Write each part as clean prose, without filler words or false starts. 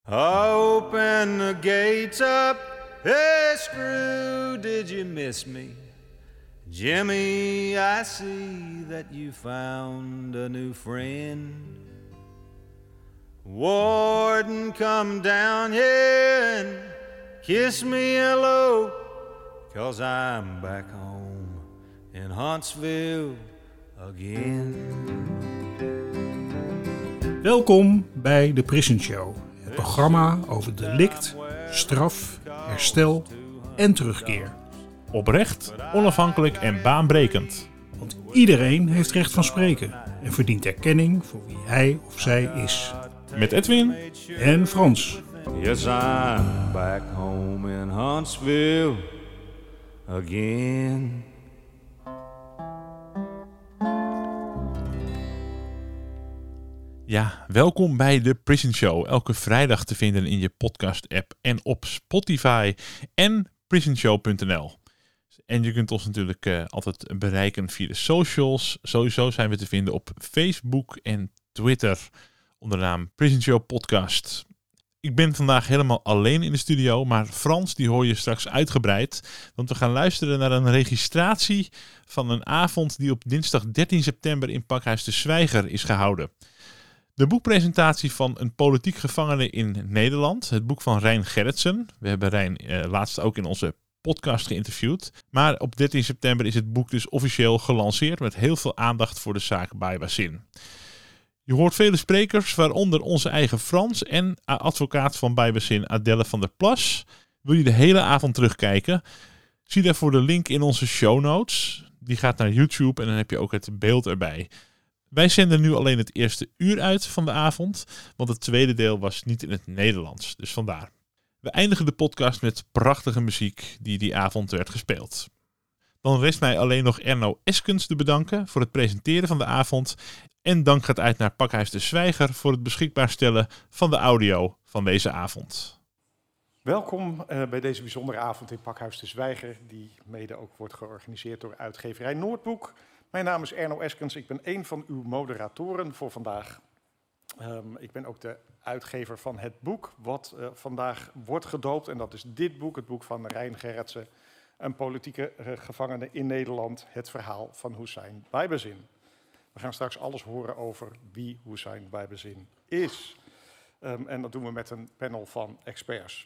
Open the gates up, hey Screw, did you miss me? Jimmy, I see that you found a new friend. Warden, come down here and kiss me hello, 'cause I'm back home in Huntsville again. Welkom bij de Prison Show, het programma over delict, straf, herstel en terugkeer. Oprecht, onafhankelijk en baanbrekend. Want iedereen heeft recht van spreken en verdient erkenning voor wie hij of zij is. Met Edwin En Frans. Yes, I'm back home in Huntsville again. Ja, welkom bij de Prison Show. Elke vrijdag te vinden in je podcast-app en op Spotify en prisonshow.nl. En je kunt ons natuurlijk altijd bereiken via de socials. Sowieso zijn we te vinden op Facebook en Twitter onder de naam Prison Show Podcast. Ik ben vandaag helemaal alleen in de studio, maar Frans die hoor je straks uitgebreid. Want we gaan luisteren naar een registratie van een avond die op dinsdag 13 september in Pakhuis de Zwijger is gehouden. De boekpresentatie van een politiek gevangene in Nederland. Het boek van Rein Gerritsen. We hebben Rein laatst ook in onze podcast geïnterviewd. Maar op 13 september is het boek dus officieel gelanceerd met heel veel aandacht voor de zaak Baybassin. Je hoort vele sprekers, waaronder onze eigen Frans en advocaat van Baybassin Adelle van der Plas. Wil je de hele avond terugkijken? Zie daarvoor de link in onze show notes. Die gaat naar YouTube en dan heb je ook het beeld erbij. Wij zenden nu alleen het eerste uur uit van de avond, want het tweede deel was niet in het Nederlands, dus vandaar. We eindigen de podcast met prachtige muziek die avond werd gespeeld. Dan rest mij alleen nog Erno Eskens te bedanken voor het presenteren van de avond. En dank gaat uit naar Pakhuis de Zwijger voor het beschikbaar stellen van de audio van deze avond. Welkom bij deze bijzondere avond in Pakhuis de Zwijger, die mede ook wordt georganiseerd door uitgeverij Noordboek. Mijn naam is Erno Eskens, ik ben een van uw moderatoren voor vandaag. Ik ben ook de uitgever van het boek wat vandaag wordt gedoopt. En dat is dit boek, het boek van Rein Gerritsen, een politieke gevangene in Nederland. Het verhaal van Hussein Baybassin. We gaan straks alles horen over wie Hussein Baybassin is. En dat doen we met een panel van experts.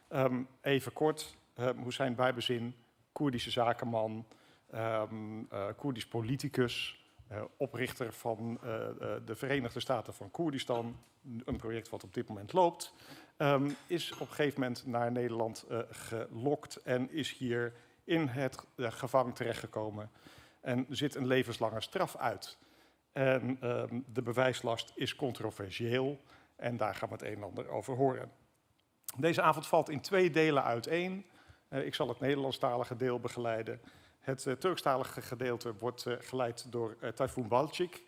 Even kort, Hussein Baybassin, Koerdische zakenman, Koerdisch politicus, oprichter van de Verenigde Staten van Koerdistan, een project wat op dit moment loopt, is op een gegeven moment naar Nederland gelokt en is hier in het gevangen terechtgekomen en zit een levenslange straf uit. En de bewijslast is controversieel en daar gaan we het een en ander over horen. Deze avond valt in 2 delen uiteen. Ik zal het Nederlandstalige deel begeleiden. Het Turkstalige gedeelte wordt geleid door Tayfun Balcik.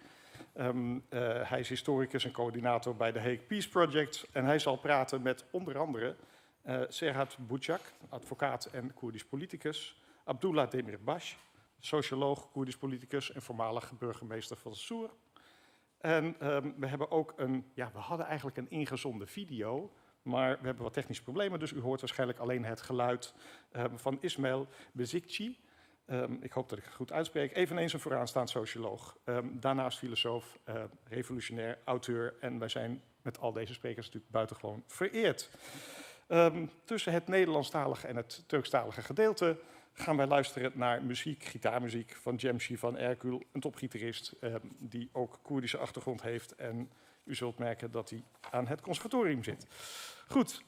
Hij is historicus en coördinator bij de Hague Peace Project. En hij zal praten met onder andere Serhat Bucak, advocaat en Koerdisch politicus. Abdullah Demirbaş, socioloog, Koerdisch politicus en voormalig burgemeester van Sur. En we hebben ook we hadden eigenlijk een ingezonden video, maar we hebben wat technische problemen, dus u hoort waarschijnlijk alleen het geluid van Ismail Bezikci. Ik hoop dat ik het goed uitspreek. Eveneens een vooraanstaand socioloog. Daarnaast filosoof, revolutionair, auteur. En wij zijn met al deze sprekers natuurlijk buitengewoon vereerd. Tussen het Nederlandstalige en het Turkstalige gedeelte gaan wij luisteren naar muziek, gitaarmuziek van Cemşir van Erkül, een topgitarist die ook Koerdische achtergrond heeft. En u zult merken dat hij aan het conservatorium zit. Goed,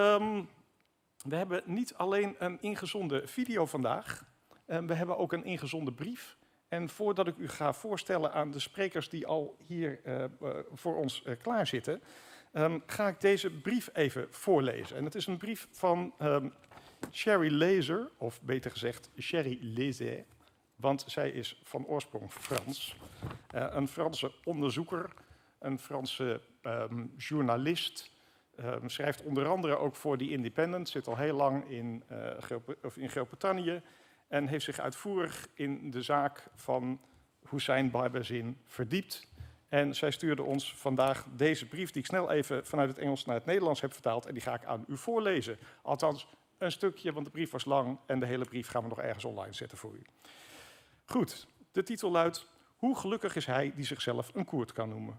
we hebben niet alleen een ingezonden video vandaag. We hebben ook een ingezonden brief. En voordat ik u ga voorstellen aan de sprekers die al hier voor ons klaar zitten, ga ik deze brief even voorlezen. En het is een brief van Sherry Lezer, of beter gezegd Sherry Lezer, want zij is van oorsprong Frans. Een Franse onderzoeker, een Franse journalist, schrijft onder andere ook voor The Independent, zit al heel lang in Groot-Brittannië en heeft zich uitvoerig in de zaak van Hussein Baybassin verdiept En zij stuurde ons vandaag deze brief, die ik snel even vanuit het Engels naar het Nederlands heb vertaald. En die ga ik aan u voorlezen. Althans, een stukje, want de brief was lang. En de hele brief gaan we nog ergens online zetten voor u. Goed, de titel luidt: Hoe gelukkig is hij die zichzelf een Koerd kan noemen?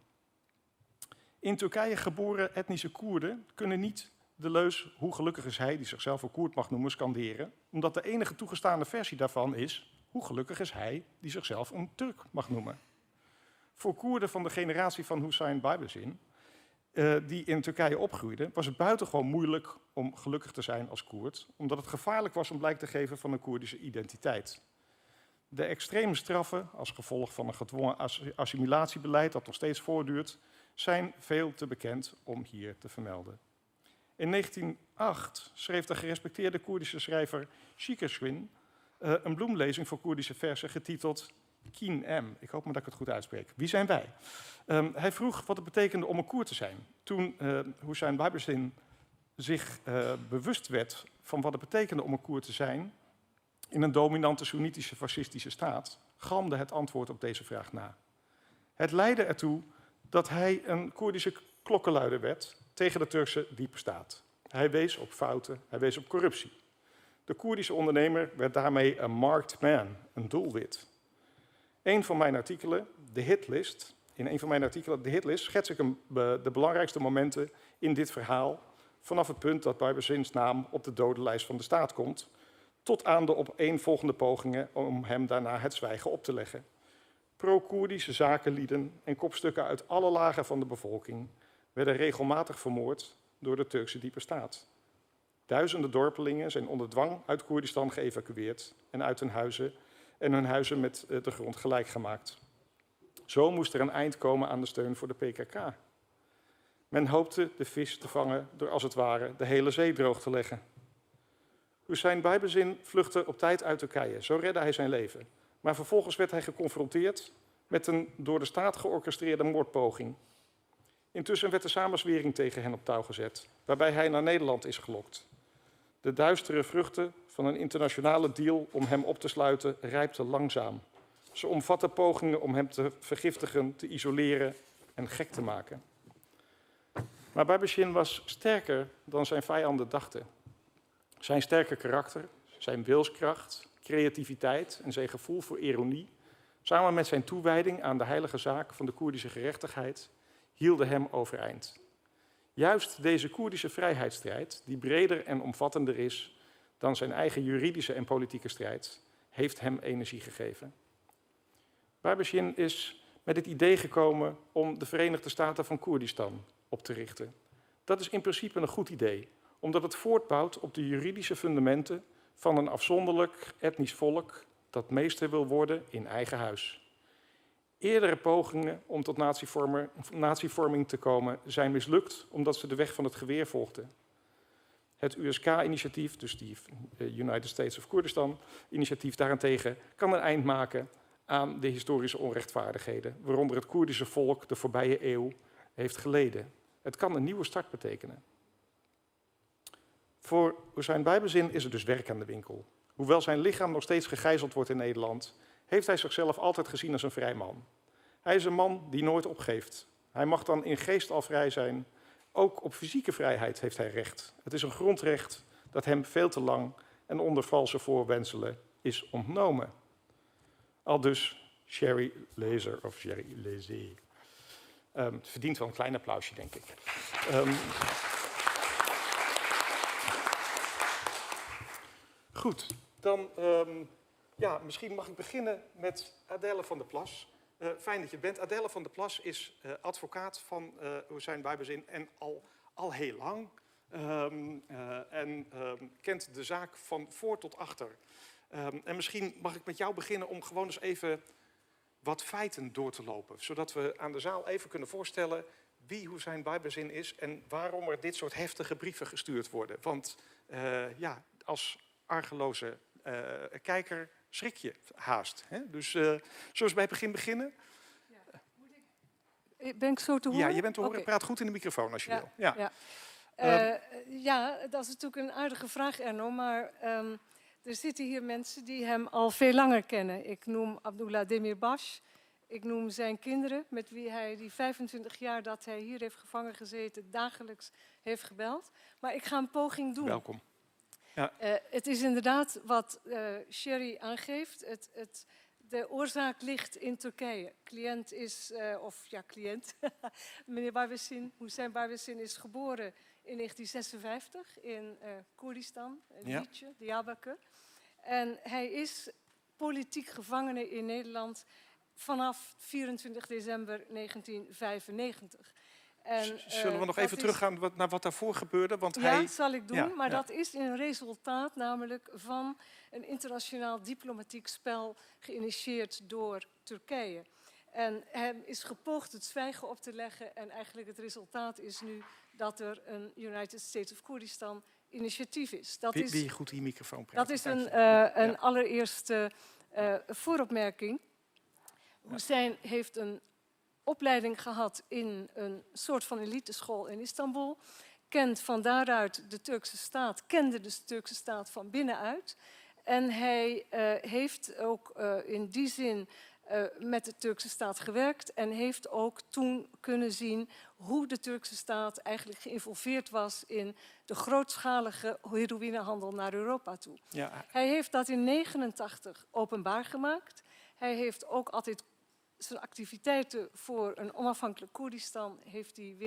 In Turkije geboren etnische Koerden kunnen niet de leus "Hoe gelukkig is hij die zichzelf een Koerd mag noemen" scanderen, omdat de enige toegestane versie daarvan is: "Hoe gelukkig is hij die zichzelf een Turk mag noemen." Voor Koerden van de generatie van Hüseyin Baybazin, die in Turkije opgroeiden, was het buitengewoon moeilijk om gelukkig te zijn als Koerd, omdat het gevaarlijk was om blijk te geven van een Koerdische identiteit. De extreme straffen, als gevolg van een gedwongen assimilatiebeleid dat nog steeds voortduurt, zijn veel te bekend om hier te vermelden. In 1908 schreef de gerespecteerde Koerdische schrijver Şikerswin een bloemlezing voor Koerdische verzen getiteld Kien M. Ik hoop maar dat ik het goed uitspreek. Wie zijn wij? Hij vroeg wat het betekende om een Koerd te zijn. Toen Hüseyin Baybazin zich bewust werd van wat het betekende om een Koerd te zijn in een dominante Soenitische fascistische staat, galmde het antwoord op deze vraag na. Het leidde ertoe dat hij een Koerdische klokkenluider werd tegen de Turkse diepe staat. Hij wees op fouten, hij wees op corruptie. De Koerdische ondernemer werd daarmee een marked man, een doelwit. In een van mijn artikelen, de hitlist, schets ik de belangrijkste momenten in dit verhaal, vanaf het punt dat Baybazins naam op de dodenlijst van de staat komt, tot aan de opeenvolgende pogingen om hem daarna het zwijgen op te leggen. Pro-Koerdische zakenlieden en kopstukken uit alle lagen van de bevolking werden regelmatig vermoord door de Turkse diepe staat. Duizenden dorpelingen zijn onder dwang uit Koerdistan geëvacueerd en hun huizen met de grond gelijk gemaakt. Zo moest er een eind komen aan de steun voor de PKK. Men hoopte de vis te vangen door als het ware de hele zee droog te leggen. Hüseyin Baybazin vluchtte op tijd uit Turkije, zo redde hij zijn leven. Maar vervolgens werd hij geconfronteerd met een door de staat georchestreerde moordpoging. Intussen werd de samenzwering tegen hen op touw gezet, waarbij hij naar Nederland is gelokt. De duistere vruchten van een internationale deal om hem op te sluiten rijpten langzaam. Ze omvatten pogingen om hem te vergiftigen, te isoleren en gek te maken. Maar Baybazin was sterker dan zijn vijanden dachten. Zijn sterke karakter, zijn wilskracht, creativiteit en zijn gevoel voor ironie, samen met zijn toewijding aan de heilige zaak van de Koerdische gerechtigheid, hielden hem overeind. Juist deze Koerdische vrijheidsstrijd, die breder en omvattender is dan zijn eigen juridische en politieke strijd, heeft hem energie gegeven. Baybazin is met het idee gekomen om de Verenigde Staten van Koerdistan op te richten. Dat is in principe een goed idee, omdat het voortbouwt op de juridische fundamenten van een afzonderlijk etnisch volk dat meester wil worden in eigen huis. Eerdere pogingen om tot natievorming te komen zijn mislukt omdat ze de weg van het geweer volgden. Het USK-initiatief, dus die United States of Kurdistan-initiatief daarentegen, kan een eind maken aan de historische onrechtvaardigheden waaronder het Koerdische volk de voorbije eeuw heeft geleden. Het kan een nieuwe start betekenen. Voor Hüseyin Baybazin is er dus werk aan de winkel. Hoewel zijn lichaam nog steeds gegijzeld wordt in Nederland, heeft hij zichzelf altijd gezien als een vrij man. Hij is een man die nooit opgeeft. Hij mag dan in geest al vrij zijn. Ook op fysieke vrijheid heeft hij recht. Het is een grondrecht dat hem veel te lang en onder valse voorwendselen is ontnomen. Aldus Sherry Laser of Sherry Lazer. Het verdient wel een klein applausje, denk ik. Goed, dan misschien mag ik beginnen met Adèle van der Plas. Fijn dat je bent. Adèle van der Plas is advocaat van Hüseyin Baybazin en al heel lang. Kent de zaak van voor tot achter. En misschien mag ik met jou beginnen om gewoon eens even wat feiten door te lopen. Zodat we aan de zaal even kunnen voorstellen wie Hüseyin Baybazin is en waarom er dit soort heftige brieven gestuurd worden. Want als argeloze kijker schrik je haast. Hè? Dus zullen we bij het begin beginnen? Ja. Ben ik zo te horen? Ja, je bent te horen. Okay. Praat goed in de microfoon als je wil. Ja, dat is natuurlijk een aardige vraag, Erno. Maar er zitten hier mensen die hem al veel langer kennen. Ik noem Abdullah Demirbaş. Ik noem zijn kinderen, met wie hij die 25 jaar dat hij hier heeft gevangen gezeten, dagelijks heeft gebeld. Maar ik ga een poging doen. Welkom. Het is inderdaad wat Sherry aangeeft. De oorzaak ligt in Turkije. Cliënt is, cliënt, meneer Barbessin, Hüseyin Barbessin is geboren in 1956 in Koerdistan, Lice, Diyarbakır. En hij is politiek gevangene in Nederland vanaf 24 december 1995. En, zullen we nog even teruggaan naar wat daarvoor gebeurde? Want dat zal ik doen, maar dat is een resultaat namelijk van een internationaal diplomatiek spel geïnitieerd door Turkije. En hem is gepoogd het zwijgen op te leggen en eigenlijk het resultaat is nu dat er een United States of Koerdistan initiatief is. Wie goed die microfoon praat. Dat is een allereerste vooropmerking. Hüseyin heeft een opleiding gehad in een soort van eliteschool in Istanbul. Kent van daaruit de Turkse staat, kende de Turkse staat van binnenuit. En hij heeft ook in die zin met de Turkse staat gewerkt en heeft ook toen kunnen zien hoe de Turkse staat eigenlijk geïnvolveerd was in de grootschalige heroïnehandel naar Europa toe. Ja. Hij heeft dat in 1989 openbaar gemaakt. Hij heeft ook altijd zijn activiteiten voor een onafhankelijk Koerdistan heeft hij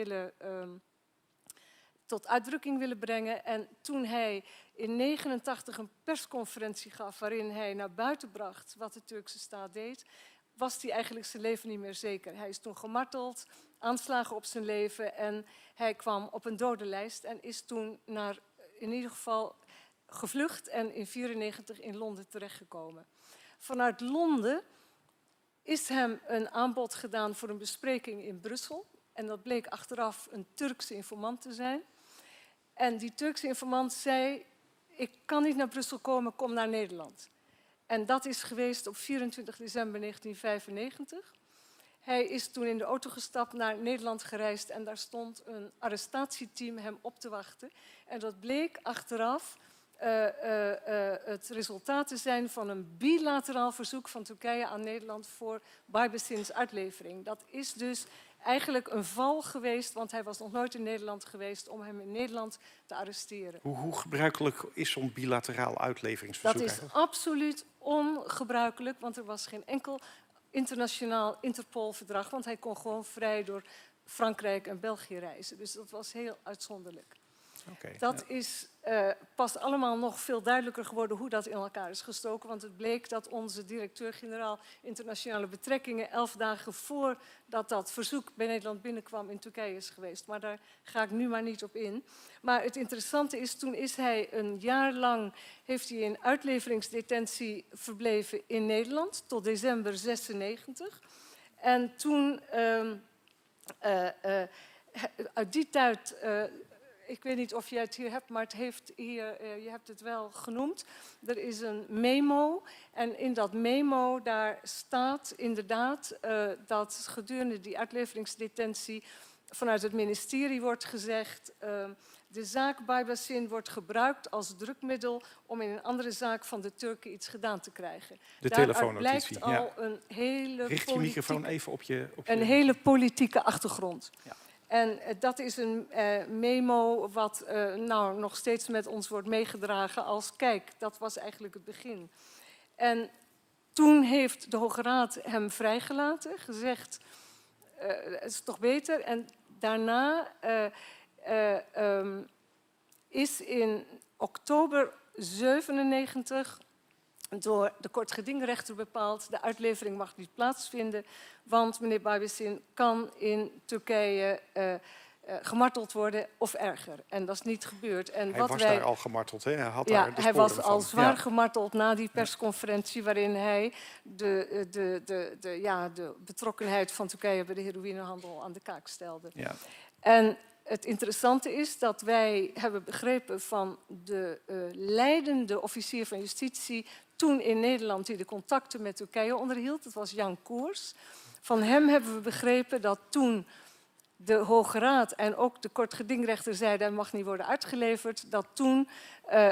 tot uitdrukking willen brengen. En toen hij in 1989 een persconferentie gaf waarin hij naar buiten bracht wat de Turkse staat deed, was hij eigenlijk zijn leven niet meer zeker. Hij is toen gemarteld, aanslagen op zijn leven en hij kwam op een dodenlijst en is toen in ieder geval gevlucht en in 1994 in Londen terechtgekomen. Vanuit Londen is hem een aanbod gedaan voor een bespreking in Brussel. En dat bleek achteraf een Turkse informant te zijn. En die Turkse informant zei, ik kan niet naar Brussel komen, kom naar Nederland. En dat is geweest op 24 december 1995. Hij is toen in de auto gestapt, naar Nederland gereisd en daar stond een arrestatieteam hem op te wachten. En dat bleek achteraf het resultaat te zijn van een bilateraal verzoek van Turkije aan Nederland voor Barbessin's uitlevering. Dat is dus eigenlijk een val geweest, want hij was nog nooit in Nederland geweest, om hem in Nederland te arresteren. Hoe gebruikelijk is zo'n bilateraal uitleveringsverzoek? Dat is absoluut ongebruikelijk, want er was geen enkel internationaal Interpol-verdrag, want hij kon gewoon vrij door Frankrijk en België reizen. Dus dat was heel uitzonderlijk. Dat is pas allemaal nog veel duidelijker geworden hoe dat in elkaar is gestoken. Want het bleek dat onze directeur-generaal internationale betrekkingen 11 dagen voordat dat verzoek bij Nederland binnenkwam in Turkije is geweest. Maar daar ga ik nu maar niet op in. Maar het interessante is, toen is hij een jaar lang heeft hij in uitleveringsdetentie verbleven in Nederland tot december 1996. En toen uit die tijd... ik weet niet of jij het hier hebt, maar het heeft hier, je hebt het wel genoemd. Er is een memo en in dat memo daar staat inderdaad dat gedurende die uitleveringsdetentie vanuit het ministerie wordt gezegd, de zaak Barbessin wordt gebruikt als drukmiddel om in een andere zaak van de Turken iets gedaan te krijgen. De Daaruit telefoonnotitie. blijkt al een hele Richt je microfoon even op je... een hele politieke achtergrond. Ja. En dat is een memo wat nog steeds met ons wordt meegedragen als kijk, dat was eigenlijk het begin. En toen heeft de Hoge Raad hem vrijgelaten, gezegd, het is toch beter. En daarna is in oktober 1997 door de kortgedingrechter bepaald, de uitlevering mag niet plaatsvinden, want meneer Barbessin kan in Turkije gemarteld worden of erger. En dat is niet gebeurd. En Hij was daar al gemarteld, hè? Hij had daar de hij sporen was al van. zwaar gemarteld na die persconferentie waarin hij de betrokkenheid van Turkije bij de heroïnehandel aan de kaak stelde. Ja. En het interessante is dat wij hebben begrepen van de leidende officier van justitie toen in Nederland die de contacten met Turkije onderhield. Dat was Jan Koers. Van hem hebben we begrepen dat toen de Hoge Raad en ook de kortgedingrechter zeiden hij mag niet worden uitgeleverd, dat toen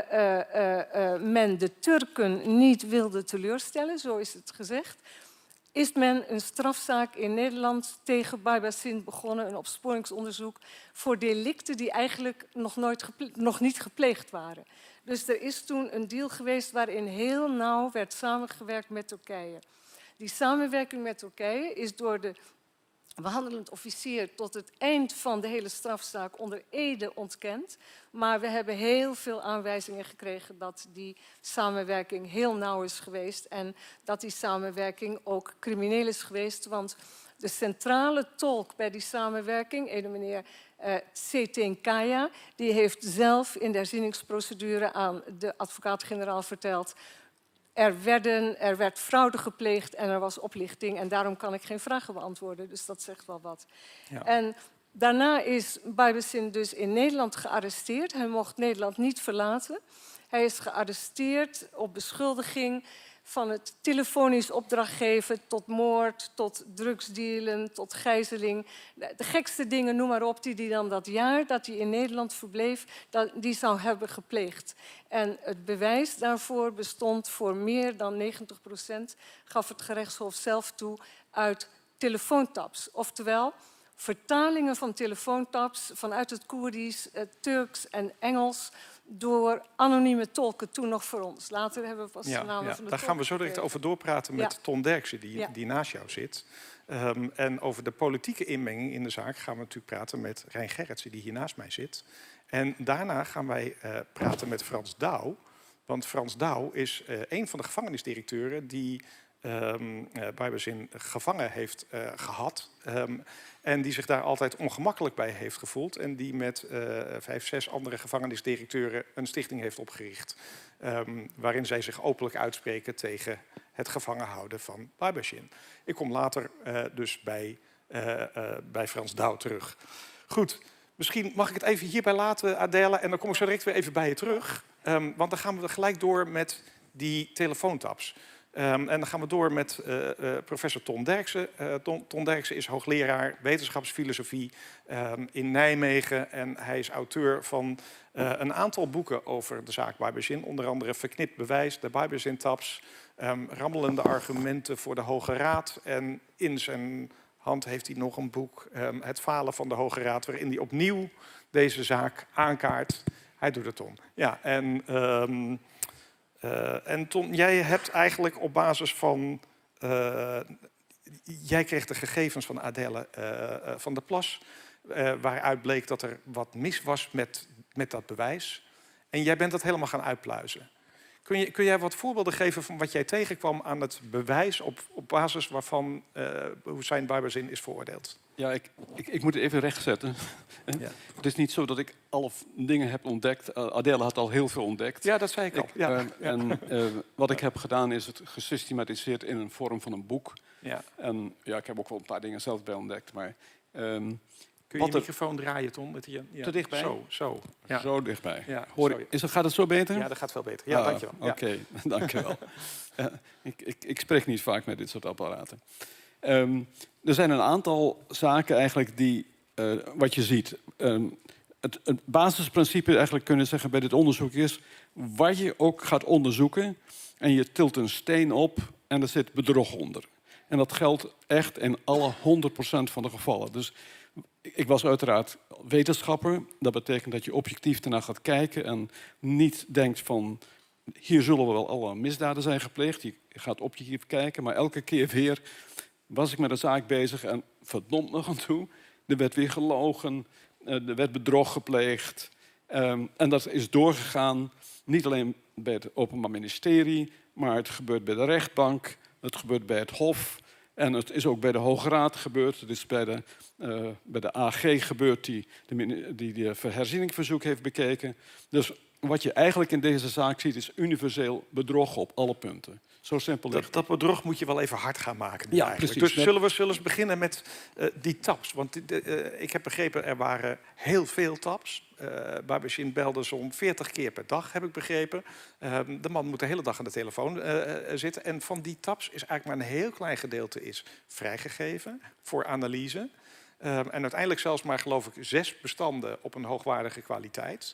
men de Turken niet wilde teleurstellen, zo is het gezegd. is men een strafzaak in Nederland tegen Barbazin begonnen, een opsporingsonderzoek voor delicten die eigenlijk nog niet gepleegd waren. Dus er is toen een deal geweest waarin heel nauw werd samengewerkt met Turkije. Die samenwerking met Turkije is door de behandelend officier tot het eind van de hele strafzaak onder ede ontkend. Maar we hebben heel veel aanwijzingen gekregen dat die samenwerking heel nauw is geweest. En dat die samenwerking ook crimineel is geweest. Want de centrale tolk bij die samenwerking, een meneer Çetin Kaya, die heeft zelf in de herzieningsprocedure aan de advocaat-generaal verteld: er werd fraude gepleegd en er was oplichting en daarom kan ik geen vragen beantwoorden. Dus dat zegt wel wat. Ja. En daarna is Barbazin dus in Nederland gearresteerd. Hij mocht Nederland niet verlaten. Hij is gearresteerd op beschuldiging van het telefonisch opdrachtgeven tot moord, tot drugsdealen, tot gijzeling. De gekste dingen, noem maar op, die hij dan dat jaar dat hij in Nederland verbleef, die zou hebben gepleegd. En het bewijs daarvoor bestond voor meer dan 90%, gaf het gerechtshof zelf toe, uit telefoontaps. Oftewel, vertalingen van telefoontaps vanuit het Koerdisch, Turks en Engels door anonieme tolken, toen nog voor ons. Later hebben we pas de namen van de Daar gaan we zo direct over doorpraten met Ton Derksen, die naast jou zit. En over de politieke inmenging in de zaak gaan we natuurlijk praten met Rijn Gerritsen, die hier naast mij zit. En daarna gaan wij praten met Frans Douw. Want Frans Douw is een van de gevangenisdirecteuren die Barbazin gevangen heeft gehad. En die zich daar altijd ongemakkelijk bij heeft gevoeld. En die met 5, 6 andere gevangenisdirecteuren een stichting heeft opgericht. Waarin zij zich openlijk uitspreken tegen het gevangen houden van Barbazin. Ik kom later dus bij Frans Douw terug. Goed, misschien mag ik het even hierbij laten, Adèle. En dan kom ik zo direct weer even bij je terug. Want dan gaan we gelijk door met die telefoontaps. En dan gaan we door met professor Ton Derksen. Ton Derksen is hoogleraar wetenschapsfilosofie in Nijmegen. En hij is auteur van een aantal boeken over de zaak Barbazin. Onder andere Verknipt bewijs, de Barbazin-taps, rammelende argumenten voor de Hoge Raad. En in zijn hand heeft hij nog een boek, Het falen van de Hoge Raad, waarin hij opnieuw deze zaak aankaart. Hij doet het, Ton. Ja, en Ton, jij hebt eigenlijk op basis van... jij kreeg de gegevens van Adèle van der Plas, waaruit bleek dat er wat mis was met dat bewijs. En jij bent dat helemaal gaan uitpluizen. Kun jij wat voorbeelden geven van wat jij tegenkwam aan het bewijs op basis waarvan Hussein Barbazin is veroordeeld? Ja, ik moet het even rechtzetten. Ja. Het is niet zo dat ik alle dingen heb ontdekt. Adèle had al heel veel ontdekt. Ja, dat zei ik al. Ja. Wat ik heb gedaan is het gesystematiseerd in een vorm van een boek. Ja. En ja, ik heb ook wel een paar dingen zelf bij ontdekt. Maar, kun je je microfoon draaien, Tom? Te dichtbij? Zo. Ja. Zo dichtbij. Ja, gaat het zo beter? Ja, dat gaat veel beter. Ja, dankjewel. Oké, dankjewel. Ik spreek niet vaak met dit soort apparaten. Er zijn een aantal zaken eigenlijk die, wat je ziet. Het basisprincipe eigenlijk kunnen zeggen bij dit onderzoek is, wat je ook gaat onderzoeken en je tilt een steen op en er zit bedrog onder. En dat geldt echt in alle 100% van de gevallen. Dus ik was uiteraard wetenschapper. Dat betekent dat je objectief ernaar gaat kijken en niet denkt van, hier zullen wel alle misdaden zijn gepleegd. Je gaat objectief kijken, maar elke keer weer was ik met een zaak bezig en verdomd nog aan toe. Er werd weer gelogen, er werd bedrog gepleegd. En dat is doorgegaan, niet alleen bij het Openbaar Ministerie, maar het gebeurt bij de rechtbank, het gebeurt bij het Hof en het is ook bij de Hoge Raad gebeurd. Het is bij de AG gebeurd die de herzieningsverzoek heeft bekeken. Dus wat je eigenlijk in deze zaak ziet is universeel bedrog op alle punten. Zo simpel ligt het. Dat bedrog moet je wel even hard gaan maken. Ja, precies. Dus zullen we eens beginnen met die taps? Want ik heb begrepen, er waren heel veel taps. Barbazin belde zo'n 40 keer per dag, heb ik begrepen. De man moet de hele dag aan de telefoon zitten. En van die taps is eigenlijk maar een heel klein gedeelte is vrijgegeven voor analyse. En uiteindelijk zelfs maar, geloof ik, 6 bestanden op een hoogwaardige kwaliteit.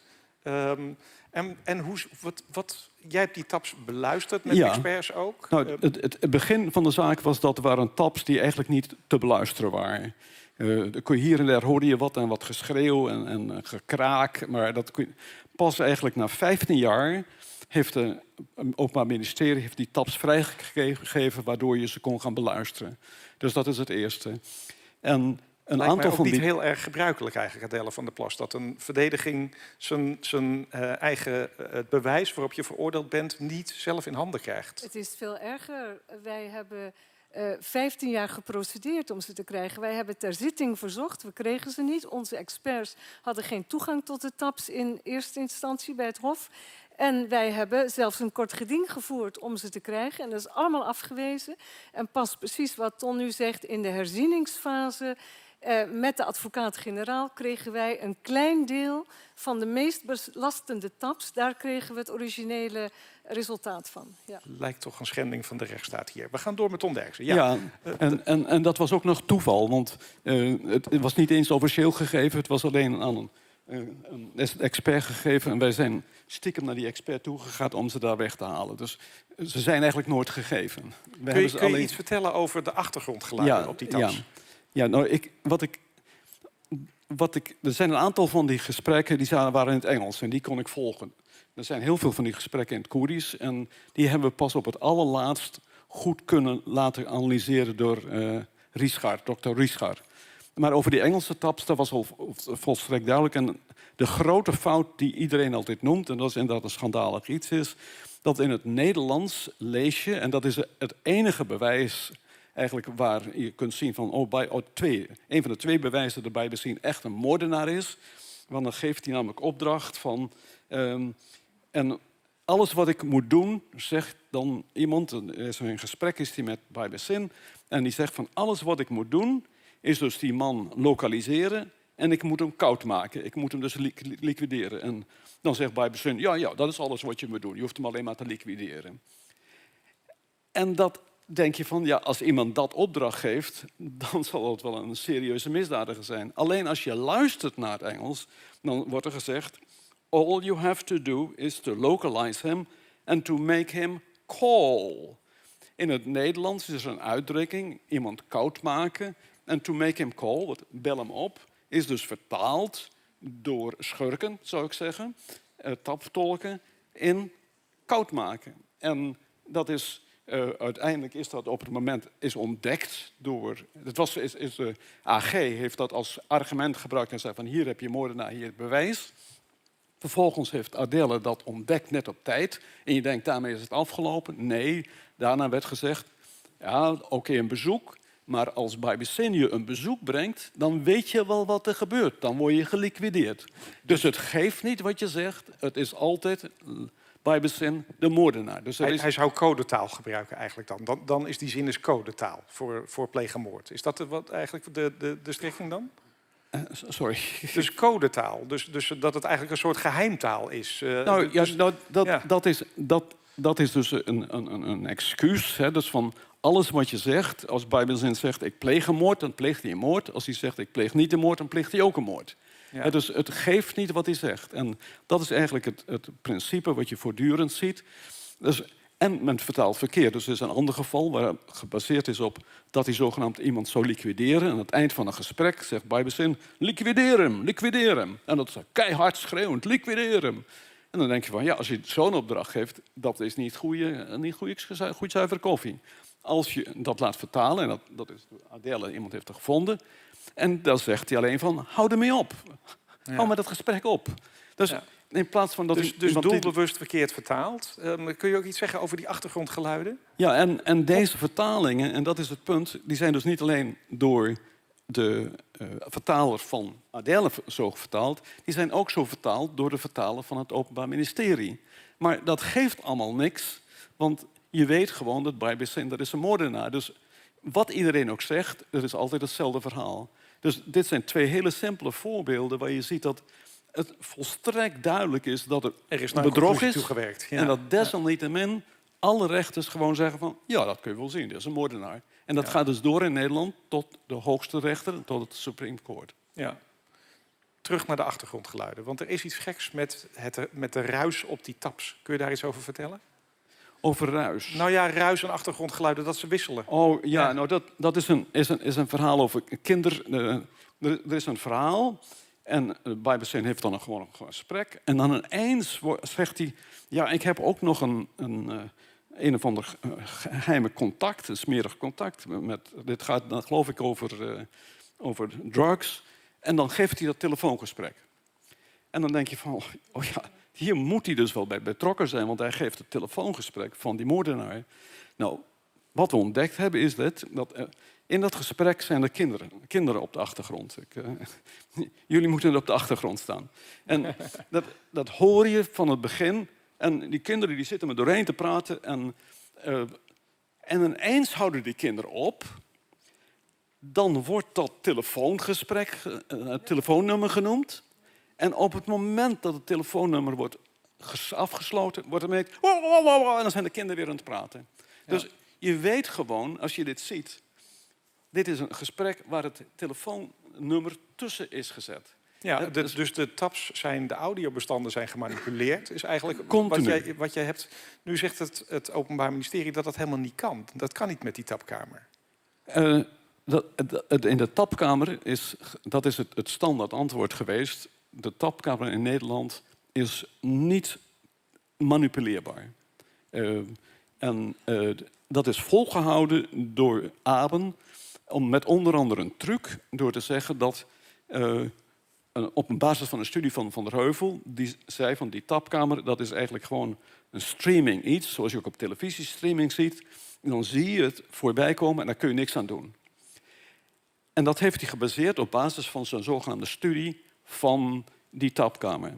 Jij hebt die taps beluisterd met Ja. experts ook. Nou, het begin van de zaak was dat er waren taps die eigenlijk niet te beluisteren waren. Hier en daar hoorde je wat en wat geschreeuw en gekraak. Maar pas eigenlijk na 15 jaar heeft het Openbaar Ministerie heeft die taps vrijgegeven, waardoor je ze kon gaan beluisteren. Dus dat is het eerste. En een Lijkt aantal mij van ook die... niet heel erg gebruikelijk eigenlijk, Adelle van der Plas. Dat een verdediging zijn eigen het bewijs waarop je veroordeeld bent niet zelf in handen krijgt. Het is veel erger. Wij hebben 15 jaar geprocedeerd om ze te krijgen. Wij hebben ter zitting verzocht, we kregen ze niet. Onze experts hadden geen toegang tot de taps in eerste instantie bij het Hof. En wij hebben zelfs een kort geding gevoerd om ze te krijgen. En dat is allemaal afgewezen. En pas precies wat Ton nu zegt, in de herzieningsfase met de advocaat-generaal kregen wij een klein deel van de meest belastende taps. Daar kregen we het originele resultaat van. Ja. Lijkt toch een schending van de rechtsstaat hier. We gaan door met Ton Derksen. Ja, en dat was ook nog toeval, want het was niet eens officieel gegeven. Het was alleen aan een expert gegeven. En wij zijn stiekem naar die expert toegegaan om ze daar weg te halen. Dus ze zijn eigenlijk nooit gegeven. Kun je iets vertellen over de achtergrondgeluiden op die taps? Ja, nou, er zijn een aantal van die gesprekken die waren in het Engels en die kon ik volgen. Er zijn heel veel van die gesprekken in het Koerdisch en die hebben we pas op het allerlaatst goed kunnen laten analyseren door Dr. Riesgaard. Maar over die Engelse taps, dat was al volstrekt duidelijk. En de grote fout die iedereen altijd noemt, en dat is inderdaad een schandalig iets, is dat in het Nederlands lees je, en dat is het enige bewijs eigenlijk waar je kunt zien van een van de twee bewijzen erbij bezien echt een moordenaar is. Want dan geeft hij namelijk opdracht van en alles wat ik moet doen, zegt dan iemand, in gesprek is hij met Bijbezin, en die zegt van alles wat ik moet doen is dus die man lokaliseren en ik moet hem koud maken. Ik moet hem dus liquideren. En dan zegt Bijbezin, ja, dat is alles wat je moet doen. Je hoeft hem alleen maar te liquideren. En dat denk je van, ja, als iemand dat opdracht geeft, dan zal het wel een serieuze misdadiger zijn. Alleen als je luistert naar het Engels, dan wordt er gezegd, all you have to do is to localize him and to make him call. In het Nederlands is er een uitdrukking, iemand koud maken. En to make him call, bel hem op, is dus vertaald door schurken, zou ik zeggen, taptolken, in koud maken. En dat is... uiteindelijk is dat op het moment ontdekt door... de AG heeft dat als argument gebruikt en zei van hier heb je moordenaar, hier het bewijs. Vervolgens heeft Adelle dat ontdekt net op tijd. En je denkt daarmee is het afgelopen. Nee, daarna werd gezegd, ja, oké, een bezoek. Maar als Bijbezin je een bezoek brengt, dan weet je wel wat er gebeurt. Dan word je geliquideerd. Dus het geeft niet wat je zegt. Het is altijd... Bijbezin de moordenaar. Dus hij zou codetaal gebruiken eigenlijk dan. Dan is die zin is codetaal voor pleegmoord. Is dat wat eigenlijk de strekking dan? Sorry. Dus codetaal. Dus dat het eigenlijk een soort geheimtaal is. Dat is dus een excuus. Hè? Dus van alles wat je zegt, als Bijbezin zegt ik pleeg een moord, dan pleegt hij een moord. Als hij zegt ik pleeg niet een moord, dan pleegt hij ook een moord. Ja. Dus het geeft niet wat hij zegt. En dat is eigenlijk het principe wat je voortdurend ziet. Dus, en men vertaalt verkeerd. Dus er is een ander geval waar gebaseerd is op dat hij zogenaamd iemand zou liquideren. En aan het eind van een gesprek zegt Bijbezin, liquideer hem, liquideer hem. En dat is keihard schreeuwend, liquideer hem. En dan denk je van, ja, als je zo'n opdracht geeft, dat is niet goed zuiver koffie. Als je dat laat vertalen, en dat is Adelle, iemand heeft er gevonden... En dan zegt hij alleen van, hou ermee op. Ja. Hou met dat gesprek op. Dus in plaats van dat... Dus doelbewust verkeerd vertaald. Kun je ook iets zeggen over die achtergrondgeluiden? Ja, en deze vertalingen, en dat is het punt... die zijn dus niet alleen door de vertaler van Adelle zo vertaald... die zijn ook zo vertaald door de vertaler van het Openbaar Ministerie. Maar dat geeft allemaal niks, want je weet gewoon dat Bijbezin, dat is een moordenaar. Dus wat iedereen ook zegt, er is altijd hetzelfde verhaal. Dus dit zijn twee hele simpele voorbeelden waar je ziet dat het volstrekt duidelijk is dat er is een bedrog is. Toegewerkt. Ja. En dat desalniettemin alle rechters gewoon zeggen van ja, dat kun je wel zien, dit is een moordenaar. En dat gaat dus door in Nederland tot de hoogste rechter, tot het Supreme Court. Ja. terug naar de achtergrondgeluiden. Want er is iets geks met de ruis op die taps. Kun je daar iets over vertellen? Over ruis. Nou ja, ruis en achtergrondgeluiden, dat ze wisselen. Oh ja, nou dat is een verhaal over er is een verhaal en Bijbelsteen heeft dan gewoon een gesprek. En dan ineens zegt hij, ja, ik heb ook nog een of ander geheime contact, een smerig contact. Dit gaat dan geloof ik over drugs. En dan geeft hij dat telefoongesprek. En dan denk je van, oh ja, hier moet hij dus wel bij betrokken zijn, want hij geeft het telefoongesprek van die moordenaar. Nou, wat we ontdekt hebben is dat in dat gesprek zijn er kinderen op de achtergrond. Jullie moeten op de achtergrond staan. En dat hoor je van het begin. En die kinderen die zitten me doorheen te praten. En ineens houden die kinderen op. Dan wordt dat telefoongesprek, het telefoonnummer genoemd. En op het moment dat het telefoonnummer wordt afgesloten, wordt er mee... En dan zijn de kinderen weer aan het praten. Ja. Dus je weet gewoon, als je dit ziet... Dit is een gesprek waar het telefoonnummer tussen is gezet. Ja, dus de taps de audiobestanden zijn gemanipuleerd. Is eigenlijk wat jij hebt. Nu zegt het Openbaar Ministerie dat dat helemaal niet kan. Dat kan niet met die tapkamer. In de tapkamer dat is het standaard antwoord geweest. De tapkamer in Nederland is niet manipuleerbaar. Dat is volgehouden door Aben... met onder andere een truc door te zeggen dat... op een basis van een studie van Van der Heuvel... die zei van die tapkamer, dat is eigenlijk gewoon een streaming iets... zoals je ook op televisie streaming ziet. En dan zie je het voorbij komen en daar kun je niks aan doen. En dat heeft hij gebaseerd op basis van zijn zogenaamde studie... van die tapkamer.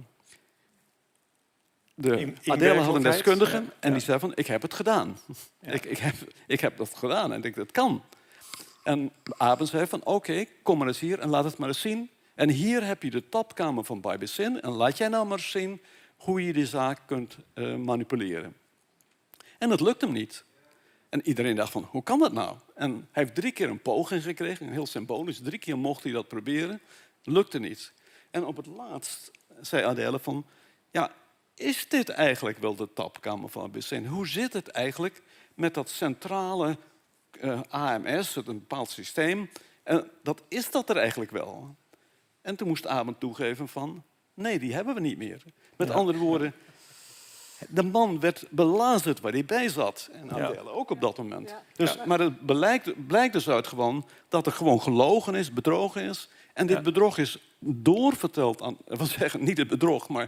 Adele had een deskundige en die zei van... ik heb het gedaan. Ja. Ik heb dat gedaan en ik denk, dat kan. En Aben zei van, oké, kom maar eens hier en laat het maar eens zien. En hier heb je de tapkamer van Bijbelsin. En laat jij nou maar zien hoe je die zaak kunt manipuleren. En dat lukt hem niet. En iedereen dacht van, hoe kan dat nou? En hij heeft 3 keer een poging gekregen, heel symbolisch. 3 keer mocht hij dat proberen. Lukte niet. En op het laatst zei Adele van, ja, is dit eigenlijk wel de tapkamer van Bijbelsin? Hoe zit het eigenlijk met dat centrale... AMS, een bepaald systeem. En is dat er eigenlijk wel? En toen moest Aben toegeven van... nee, die hebben we niet meer. Met andere woorden... de man werd belazerd waar hij bij zat. En Adele ook op dat moment. Ja. Dus, maar het blijkt dus uit gewoon... dat er gewoon gelogen is, bedrogen is. En dit bedrog is doorverteld aan... ik wil zeggen, niet het bedrog, maar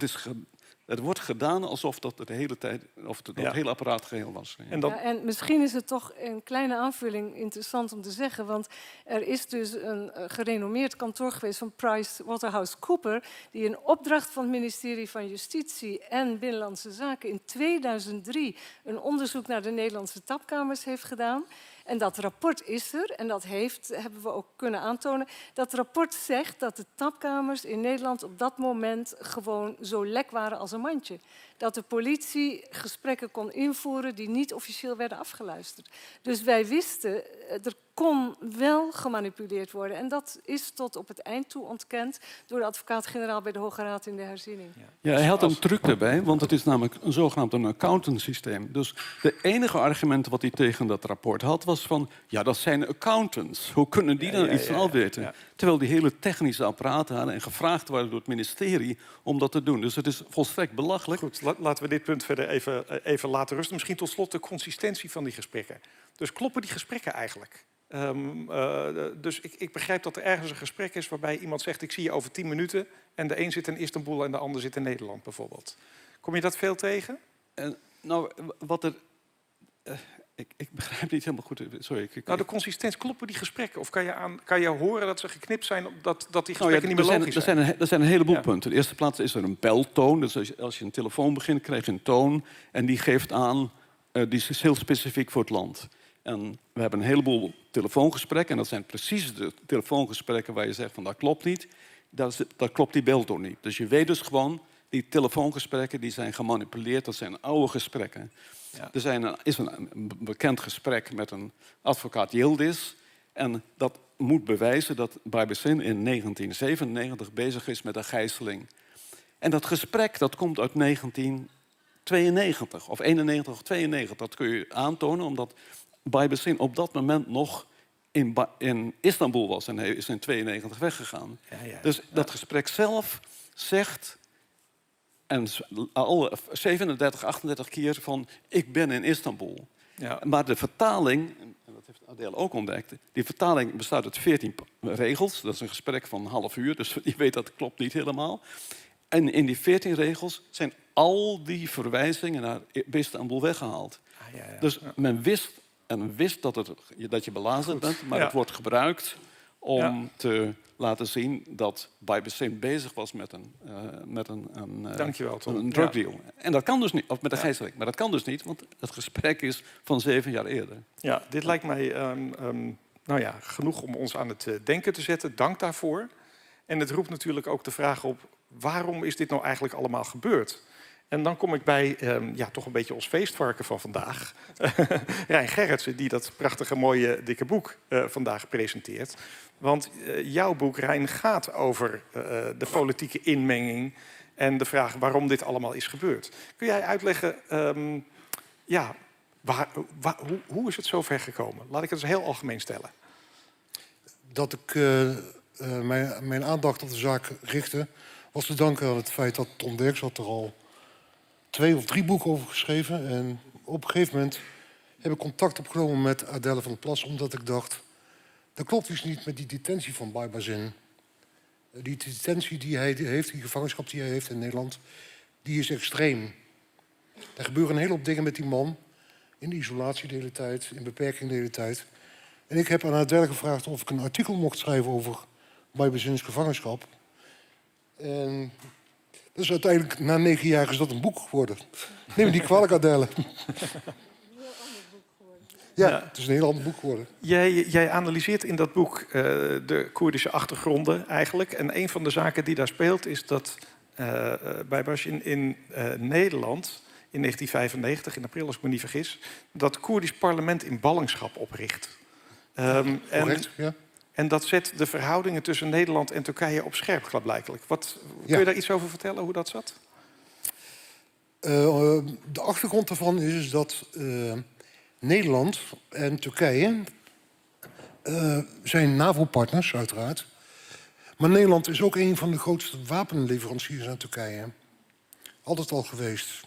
het wordt gedaan alsof dat de hele tijd, of het hele apparaat geheel was. En misschien is het toch een kleine aanvulling interessant om te zeggen, want er is dus een gerenommeerd kantoor geweest van PricewaterhouseCoopers, die in opdracht van het ministerie van Justitie en Binnenlandse Zaken in 2003 een onderzoek naar de Nederlandse tapkamers heeft gedaan. En dat rapport is er, en dat hebben we ook kunnen aantonen. Dat rapport zegt dat de tapkamers in Nederland op dat moment gewoon zo lek waren als een mandje. Dat de politie gesprekken kon invoeren die niet officieel werden afgeluisterd. Dus wij wisten, er kon wel gemanipuleerd worden. En dat is tot op het eind toe ontkend door de advocaat-generaal bij de Hoge Raad in de herziening. Ja, hij had een truc erbij, want het is namelijk een zogenaamd een accountant-systeem. Dus de enige argument wat hij tegen dat rapport had was van... ja, dat zijn accountants. Hoe kunnen die dan iets van weten? Ja. Terwijl die hele technische apparaten hadden en gevraagd waren door het ministerie om dat te doen. Dus het is volstrekt belachelijk. Goed, laten we dit punt verder even laten rusten. Misschien tot slot de consistentie van die gesprekken. Dus kloppen die gesprekken eigenlijk? Dus ik begrijp dat er ergens een gesprek is waarbij iemand zegt... ik zie je over 10 minuten en de een zit in Istanbul en de ander zit in Nederland bijvoorbeeld. Kom je dat veel tegen? Nou, wat er... Ik begrijp niet helemaal goed. Sorry. Nou, de consistentie, kloppen die gesprekken? Of kan je horen dat ze geknipt zijn, dat die gesprekken niet meer logisch zijn? Er zijn een heleboel punten. In de eerste plaats is er een beltoon. Dus als je een telefoon begint, krijg je een toon. En die geeft aan, die is heel specifiek voor het land. En we hebben een heleboel telefoongesprekken. En dat zijn precies de telefoongesprekken waar je zegt van dat klopt niet. Dat klopt die beltoon niet. Dus je weet dus gewoon, die telefoongesprekken die zijn gemanipuleerd. Dat zijn oude gesprekken. Ja. Er is een bekend gesprek met een advocaat Yildiz. En dat moet bewijzen dat Barbicin in 1997 bezig is met een gijzeling. En dat gesprek dat komt uit 1992 of 91 of 92. Dat kun je aantonen omdat Barbicin op dat moment nog in Istanbul was. En hij is in 92 weggegaan. Dus dat gesprek zelf zegt... En alle 37, 38 keer van ik ben in Istanbul. Ja. Maar de vertaling, en dat heeft Adele ook ontdekt... die vertaling bestaat uit 14 regels. Dat is een gesprek van een half uur, dus je weet dat klopt niet helemaal. En in die 14 regels zijn al die verwijzingen naar Istanbul weggehaald. Dus men wist dat je belazerd bent, maar het wordt gebruikt om te laten zien dat Barbicin bezig was met een drug deal. En dat kan dus niet, of met een gijzeling. Maar dat kan dus niet, want het gesprek is van 7 jaar eerder. Ja, dit lijkt mij genoeg om ons aan het denken te zetten. Dank daarvoor. En het roept natuurlijk ook de vraag op... waarom is dit nou eigenlijk allemaal gebeurd? En dan kom ik bij toch een beetje ons feestvarken van vandaag. Rijn Gerritsen, die dat prachtige, mooie, dikke boek vandaag presenteert. Want jouw boek, Rijn, gaat over de politieke inmenging... en de vraag waarom dit allemaal is gebeurd. Kun jij uitleggen, hoe is het zover gekomen? Laat ik het eens heel algemeen stellen. Dat ik mijn aandacht op de zaak richtte... was te danken aan het feit dat Tom Derks had er al 2 of 3 boeken over geschreven. En op een gegeven moment heb ik contact opgenomen met Adele van der Plas... omdat ik dacht, dat klopt dus niet met die detentie van Barbicin. Die detentie die hij heeft, die gevangenschap die hij heeft in Nederland... die is extreem. Er gebeuren een hele hoop dingen met die man... in de isolatie de hele tijd, in beperking de hele tijd. En ik heb aan Adele gevraagd of ik een artikel mocht schrijven... over Barbicin's gevangenschap... En dus uiteindelijk, na 9 jaar, is dat een boek geworden. Neem me niet kwalijk, Adele. Ja, het is een heel ander boek geworden. Jij analyseert in dat boek de Koerdische achtergronden eigenlijk. En een van de zaken die daar speelt is dat Barbicin in Nederland... in 1995, in april als ik me niet vergis... dat Koerdisch parlement in ballingschap opricht. Correct, ja. En dat zet de verhoudingen tussen Nederland en Turkije op scherp, klaarblijkelijk. Kun je daar iets over vertellen, hoe dat zat? De achtergrond daarvan is dat Nederland en Turkije zijn NAVO-partners, uiteraard. Maar Nederland is ook een van de grootste wapenleveranciers aan Turkije. Altijd al geweest.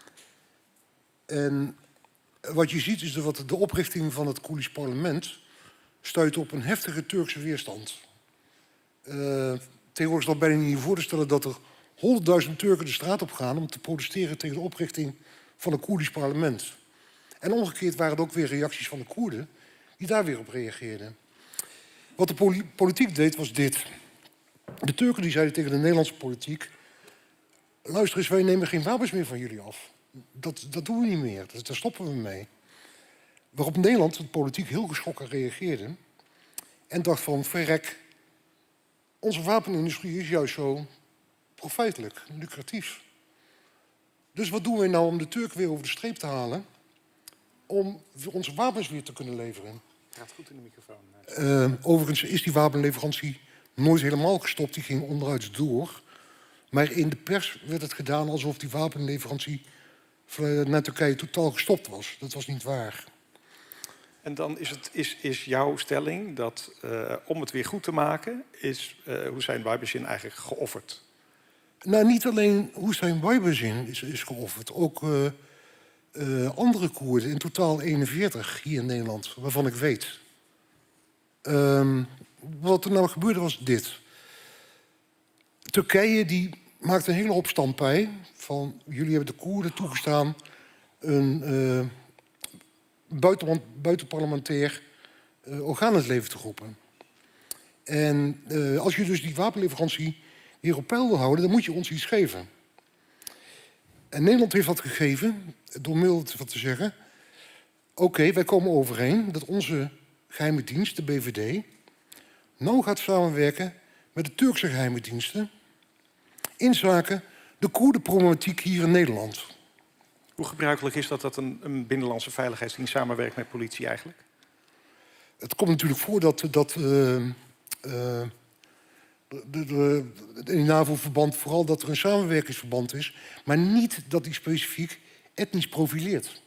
En wat je ziet is dat de oprichting van het Koerdisch parlement... stuit op een heftige Turkse weerstand. Tegenwoordig is dat bijna niet voor te stellen dat er 100.000 Turken de straat op gaan... om te protesteren tegen de oprichting van een Koerdisch parlement. En omgekeerd waren er ook weer reacties van de Koerden... die daar weer op reageerden. Wat de politiek deed, was dit. De Turken die zeiden tegen de Nederlandse politiek... luister eens, wij nemen geen wapens meer van jullie af. Dat doen we niet meer, daar stoppen we mee. Waarop Nederland, de politiek, heel geschrokken reageerde... en dacht van, verrek, onze wapenindustrie is juist zo profijtelijk, lucratief. Dus wat doen wij nou om de Turken weer over de streep te halen... om onze wapens weer te kunnen leveren? Gaat goed in de microfoon. Overigens is die wapenleverantie nooit helemaal gestopt, die ging onderuit door. Maar in de pers werd het gedaan alsof die wapenleverantie naar Turkije totaal gestopt was. Dat was niet waar. En dan is jouw stelling dat om het weer goed te maken... is Hüseyin Barbicin eigenlijk geofferd? Nou, niet alleen Hüseyin Barbicin is geofferd. Ook andere Koerden, in totaal 41 hier in Nederland, waarvan ik weet. Wat er nou gebeurde was dit. Turkije die maakt een hele hoop standpij van... jullie hebben de Koerden toegestaan een buitenparlementair orgaan in het leven te roepen. En als je dus die wapenleverantie weer op peil wil houden... dan moet je ons iets geven. En Nederland heeft dat gegeven, door middel van te zeggen... oké, wij komen overeen dat onze geheime dienst, de BVD... nauw gaat samenwerken met de Turkse geheime diensten... in zaken de Koerdenproblematiek hier in Nederland. Hoe gebruikelijk is dat een binnenlandse veiligheidsdienst samenwerkt met politie eigenlijk? het komt natuurlijk voor dat in NAVO-verband vooral dat er een samenwerkingsverband is, maar niet dat die specifiek etnisch profileert.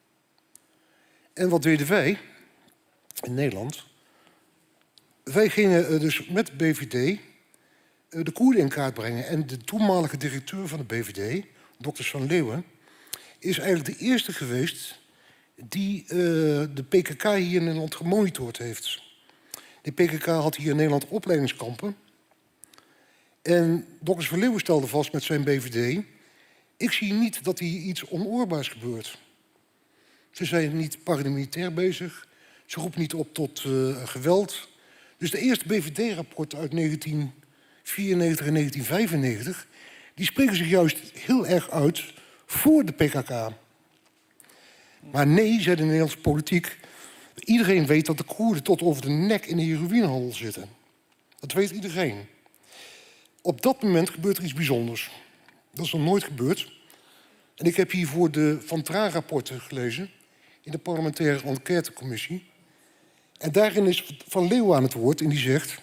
En wat deden wij in Nederland? Wij gingen dus met de BVD de Koerden in kaart brengen. En de toenmalige directeur van de BVD, Dr. Van Leeuwen, is eigenlijk de eerste geweest die de PKK hier in Nederland gemonitord heeft. De PKK had hier in Nederland opleidingskampen. En Dr. Van Leeuwen stelde vast met zijn BVD, ik zie niet dat hier iets onoorbaars gebeurt. Ze zijn niet paramilitair bezig. Ze roepen niet op tot geweld. Dus de eerste BVD-rapport uit 1994 en 1995... die spreken zich juist heel erg uit voor de PKK. Maar nee, zei de Nederlandse politiek, iedereen weet dat de Koerden tot over de nek in de heroïnehandel zitten. Dat weet iedereen. Op dat moment gebeurt er iets bijzonders. Dat is nog nooit gebeurd. En ik heb hiervoor de Van Tra-rapporten gelezen in de parlementaire enquêtecommissie. En daarin is Van Leeuwen aan het woord en die zegt,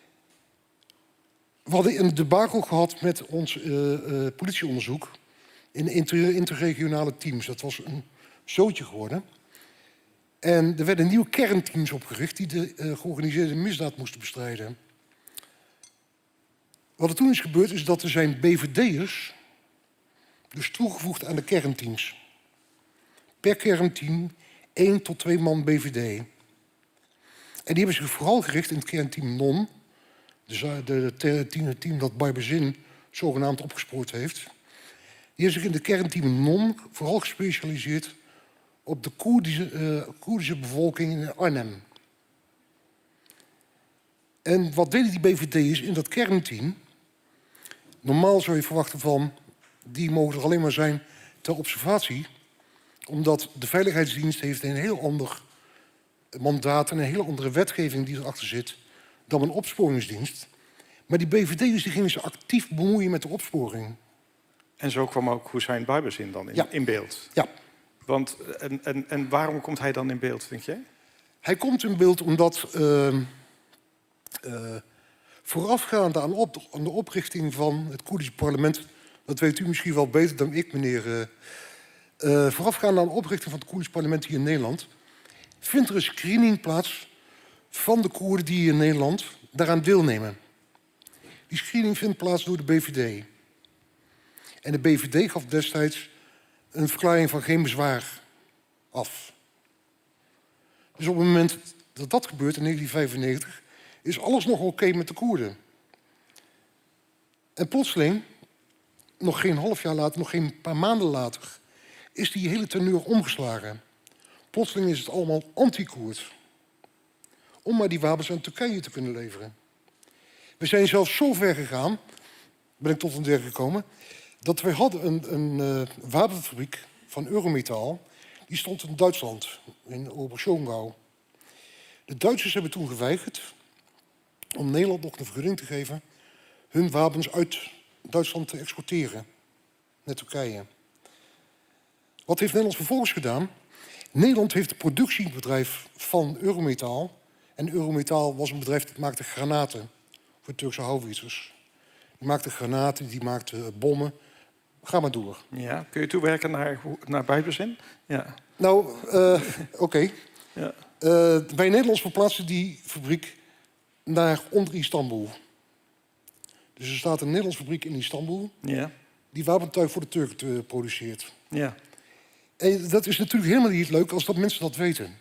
we hadden een debakel gehad met ons politieonderzoek in interregionale teams. Dat was een zootje geworden. En er werden nieuwe kernteams opgericht die de georganiseerde misdaad moesten bestrijden. Wat er toen is gebeurd is dat er zijn BVD'ers dus toegevoegd aan de kernteams. Per kernteam 1 tot 2 man BVD. En die hebben zich vooral gericht in het kernteam NON. Dus het team dat Barbazin zogenaamd opgespoord heeft. Die hebben zich in de kernteam NON vooral gespecialiseerd op de Koerdische bevolking in Arnhem. En wat deden die BVD'ers in dat kernteam? Normaal zou je verwachten van, die mogen er alleen maar zijn ter observatie, omdat de Veiligheidsdienst heeft een heel ander mandaat en een hele andere wetgeving die erachter zit dan een opsporingsdienst. Maar die BVD'ers die gingen zich actief bemoeien met de opsporing. En zo kwam ook Hussein Barbazin dan in beeld. Ja. Want, en waarom komt hij dan in beeld, denk jij? Hij komt in beeld omdat voorafgaand aan de oprichting van het Koerdische parlement, dat weet u misschien wel beter dan ik, meneer. Voorafgaand aan de oprichting van het Koerdische parlement hier in Nederland, vindt er een screening plaats van de Koerden die hier in Nederland daaraan deelnemen. Die screening vindt plaats door de BVD. En de BVD gaf destijds een verklaring van geen bezwaar af. Dus op het moment dat dat gebeurt in 1995, is alles nog oké met de Koerden. En plotseling, nog geen half jaar later, nog geen paar maanden later, is die hele teneur omgeslagen. Plotseling is het allemaal anti-Koerd. Om maar die wapens aan Turkije te kunnen leveren. We zijn zelfs zo ver gegaan, ben ik tot een derde gekomen, dat wij hadden een wapenfabriek van Eurometaal. Die stond in Duitsland, in Oberschongau. De Duitsers hebben toen geweigerd om Nederland nog de vergunning te geven hun wapens uit Duitsland te exporteren naar Turkije. Wat heeft Nederland vervolgens gedaan? Nederland heeft het productiebedrijf van Eurometaal. En Eurometaal was een bedrijf dat maakte granaten voor Turkse houwitsers. Die maakte granaten, die maakte bommen. Ga maar door. Ja, kun je toewerken naar Barbazin? Ja. Nou, oké. Ja. Bij Nederlands verplaatsen die fabriek naar onder Istanbul. Dus er staat een Nederlandse fabriek in Istanbul Ja. die wapentuig voor de Turken produceert. Ja. En dat is natuurlijk helemaal niet leuk als dat mensen dat weten.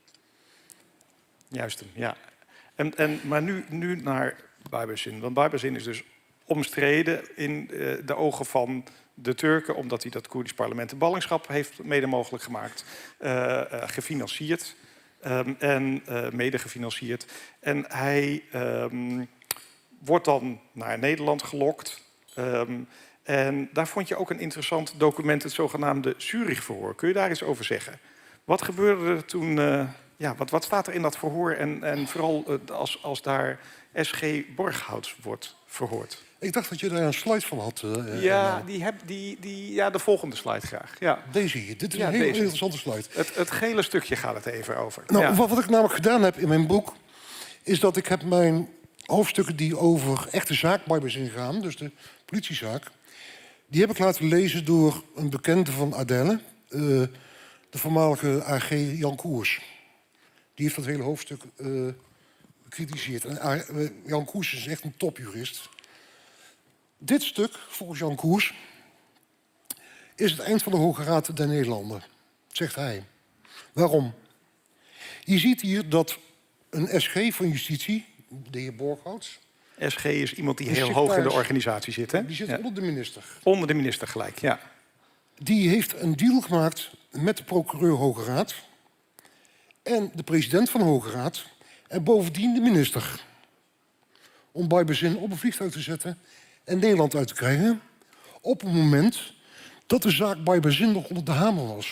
Juist, ja. Maar nu naar Barbazin. Want Barbazin is dus omstreden in de ogen van de Turken, omdat hij dat Koerdisch parlement de ballingschap heeft mede mogelijk gemaakt, gefinancierd en mede gefinancierd. En hij wordt dan naar Nederland gelokt. En daar vond je ook een interessant document, het zogenaamde Zurich-verhoor. Kun je daar iets over zeggen? Wat gebeurde er toen? Wat staat er in dat verhoor? En vooral als daar S.G. Borghouts wordt verhoord. Ik dacht dat je daar een slide van had. Ja, de volgende slide graag. Ja. Deze hier. Dit is Ja, een hele deze. interessante slide. Het gele stukje gaat het even over. Nou, Ja. wat ik namelijk gedaan heb in mijn boek, is dat ik heb mijn hoofdstukken die over echte zaakbarbers gaan, dus de politiezaak, die heb ik laten lezen door een bekende van Adele, de voormalige AG Jan Koers. Die heeft dat hele hoofdstuk bekritiseerd. En Jan Koers is echt een topjurist. Dit stuk, volgens Jan Koers, is het eind van de Hoge Raad der Nederlanden, zegt hij. Waarom? Je ziet hier dat een SG van Justitie, de heer Borghouts, SG is iemand die Een heel hoog in de secretaris. organisatie zit. Hè? die zit Ja. onder de minister. Onder de minister gelijk, ja. Die heeft een deal gemaakt met de procureur Hoge Raad en de president van de Hoge Raad en bovendien de minister. Om Barbezin op een vliegtuig te zetten en Nederland uit te krijgen op het moment dat de zaak Barbezin nog onder de hamer was.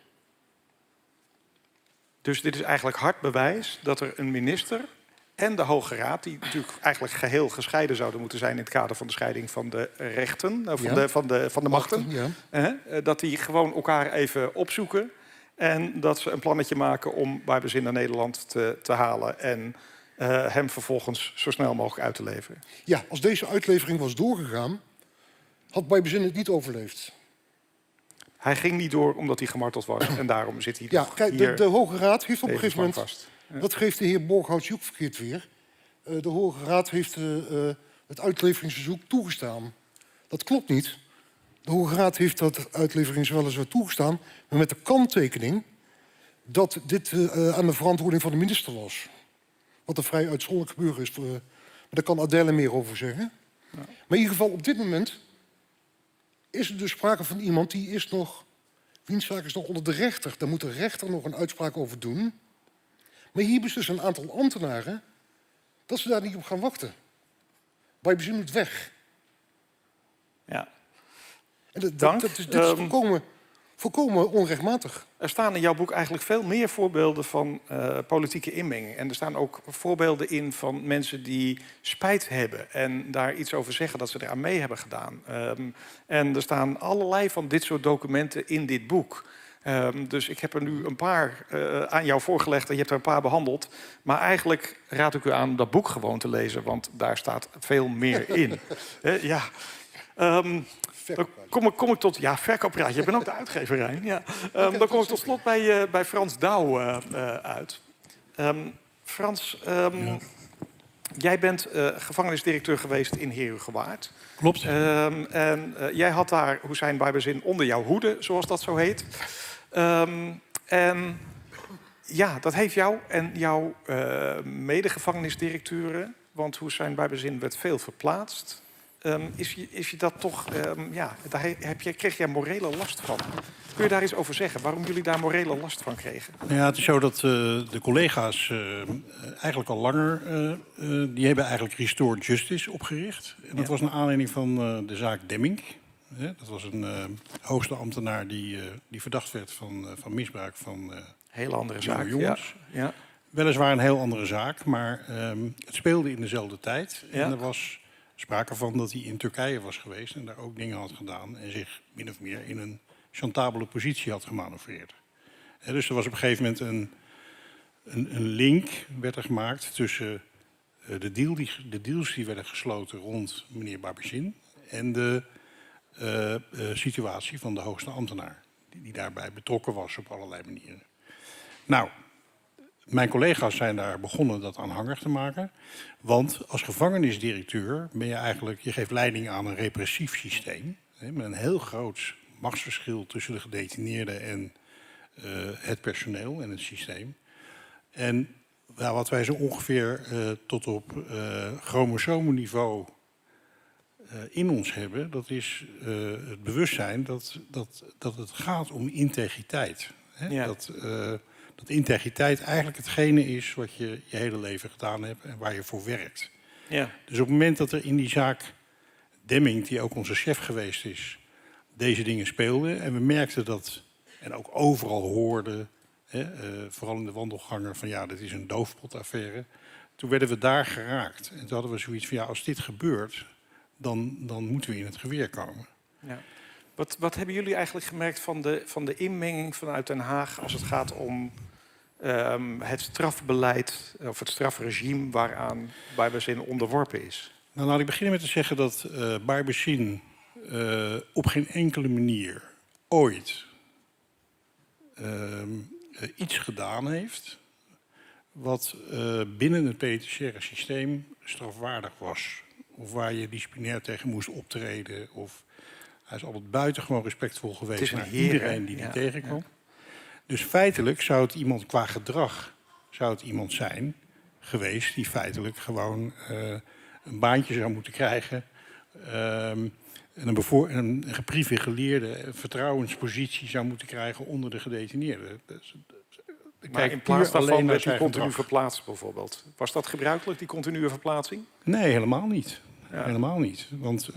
Dus dit is eigenlijk hard bewijs dat er een minister en de Hoge Raad, die natuurlijk eigenlijk geheel gescheiden zouden moeten zijn in het kader van de scheiding van de rechten, Ja. van de machten, Ja. dat die gewoon elkaar even opzoeken en dat ze een plannetje maken om Barbezin naar Nederland te halen en hem vervolgens zo snel mogelijk uit te leveren. Ja, als deze uitlevering was doorgegaan, had Barbezin het niet overleefd. Hij ging niet door omdat hij gemarteld was en daarom zit hij Ja, nog kijk, hier de Hoge Raad heeft op een gegeven moment... vast. Ja. Dat geeft de heer Borghouts ook verkeerd weer. De Hoge Raad heeft het uitleveringsverzoek toegestaan. Dat klopt niet. De Hoge Raad heeft dat uitleveringsverzoek weliswaar toegestaan, maar met de kanttekening dat dit aan de verantwoording van de minister was. Wat een vrij uitzonderlijk gebeuren is. Maar daar kan Adele meer over zeggen. Ja. Maar in ieder geval, op dit moment is er dus sprake van iemand die is nog... wiens zaak is nog onder de rechter. Daar moet de rechter nog een uitspraak over doen. Maar hier is dus een aantal ambtenaren dat ze daar niet op gaan wachten. Barbezin moet weg. Ja. En dit Dank. is volkomen onrechtmatig. Er staan in jouw boek eigenlijk veel meer voorbeelden van politieke inmenging. En er staan ook voorbeelden in van mensen die spijt hebben en daar iets over zeggen dat ze eraan mee hebben gedaan. En er staan allerlei van dit soort documenten in dit boek. Dus ik heb er nu een paar aan jou voorgelegd en je hebt er een paar behandeld. Maar eigenlijk raad ik u aan dat boek gewoon te lezen, want daar staat veel meer in. Ja. Dan kom ik tot... Ja, verkoopraad. Je bent ook de uitgever, Rijn. Ja. Dan kom ik tot slot bij Frans Douw uit. Frans, jij bent gevangenisdirecteur geweest in Herugewaard. Klopt. En jij had daar Hussein Barbezin onder jouw hoede, zoals dat zo heet. En ja, dat heeft jou en jouw mede-gevangenisdirecteuren... want Hussein Barbezin werd veel verplaatst... Is je dat toch, daar kreeg jij morele last van. Kun je daar iets over zeggen? Waarom jullie daar morele last van kregen? Ja, het is zo dat de collega's eigenlijk al langer... die hebben eigenlijk Restored Justice opgericht. En dat was naar aanleiding van de zaak Demmink. Dat was een hoogste ambtenaar die verdacht werd van misbruik van Hele andere zaak. jongens. Ja. Weliswaar een heel andere zaak, maar het speelde in dezelfde tijd. Ja. En er was sprake van dat hij in Turkije was geweest en daar ook dingen had gedaan en zich min of meer in een chantabele positie had gemanoeuvreerd. Dus er was op een gegeven moment een link werd er gemaakt tussen de deals die werden gesloten rond meneer Barbezin en de situatie van de hoogste ambtenaar, die daarbij betrokken was op allerlei manieren. Nou, mijn collega's zijn daar begonnen dat aanhangig te maken. Want als gevangenisdirecteur ben je eigenlijk... je geeft leiding aan een repressief systeem. Met een heel groot machtsverschil tussen de gedetineerden en het personeel en het systeem. En wat wij zo ongeveer tot op chromosomenniveau in ons hebben... dat is het bewustzijn dat het gaat om integriteit. Ja. Dat integriteit eigenlijk hetgene is wat je je hele leven gedaan hebt en waar je voor werkt. Ja. Dus op het moment dat er in die zaak Demmink, die ook onze chef geweest is, deze dingen speelden en we merkten dat, en ook overal hoorden, vooral in de wandelgangen, van ja, dit is een doofpotaffaire. Toen werden we daar geraakt. En toen hadden we zoiets van ja, als dit gebeurt, dan moeten we in het geweer komen. Ja. Wat hebben jullie eigenlijk gemerkt van de inmenging vanuit Den Haag als het gaat om het strafbeleid of het strafregime waaraan Barbazin onderworpen is? Nou, laat ik beginnen met te zeggen dat Barbazin op geen enkele manier ooit iets gedaan heeft wat binnen het penitentiaire systeem strafwaardig was. Of waar je disciplinair tegen moest optreden. Of hij is altijd buitengewoon respectvol geweest naar iedereen die hij tegenkwam. Ja. Dus feitelijk zou het iemand qua gedrag zijn geweest die feitelijk gewoon een baantje zou moeten krijgen. Een geprivilegeerde vertrouwenspositie zou moeten krijgen onder de gedetineerden. Maar in plaats daarvan werd hij continu verplaatst bijvoorbeeld. Was dat gebruikelijk, die continue verplaatsing? Nee, helemaal niet. Ja. Helemaal niet. Want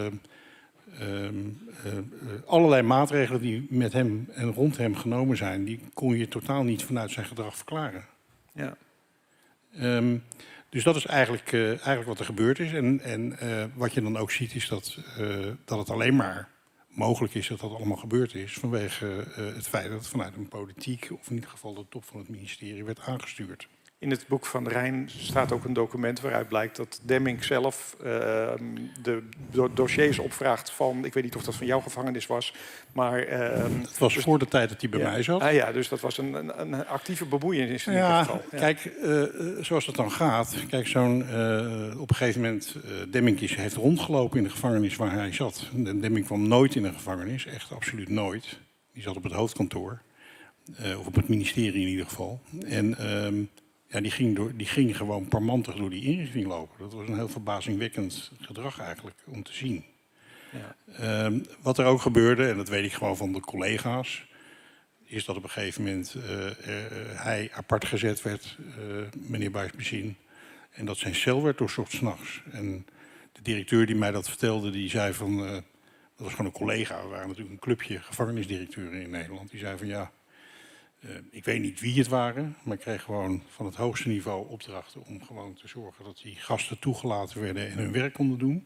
allerlei maatregelen die met hem en rond hem genomen zijn, die kon je totaal niet vanuit zijn gedrag verklaren. Ja. Dus dat is eigenlijk wat er gebeurd is. En wat je dan ook ziet is dat het alleen maar mogelijk is dat dat allemaal gebeurd is vanwege het feit dat het vanuit een politiek, of in ieder geval de top van het ministerie, werd aangestuurd. In het boek van Rijn staat ook een document waaruit blijkt dat Demmink zelf de dossiers opvraagt van, ik weet niet of dat van jouw gevangenis was, maar... het was voor de tijd dat hij bij mij zat. Ja, dus dat was een actieve bemoeienis in ieder geval. Ja. Kijk, zoals het dan gaat, kijk, op een gegeven moment, Demmink heeft rondgelopen in de gevangenis waar hij zat. Demmink kwam nooit in een gevangenis, echt absoluut nooit. Die zat op het hoofdkantoor, of op het ministerie in ieder geval. En... ja, die ging gewoon parmantig door die inrichting lopen. Dat was een heel verbazingwekkend gedrag eigenlijk om te zien. Ja. Wat er ook gebeurde, en dat weet ik gewoon van de collega's, is dat op een gegeven moment hij apart gezet werd, meneer Barbazin, en dat zijn cel werd doorzocht 's nachts. En de directeur die mij dat vertelde, die zei van, dat was gewoon een collega, we waren natuurlijk een clubje gevangenisdirecteuren in Nederland, die zei van ja, ik weet niet wie het waren, maar ik kreeg gewoon van het hoogste niveau opdrachten om gewoon te zorgen dat die gasten toegelaten werden en hun werk konden doen.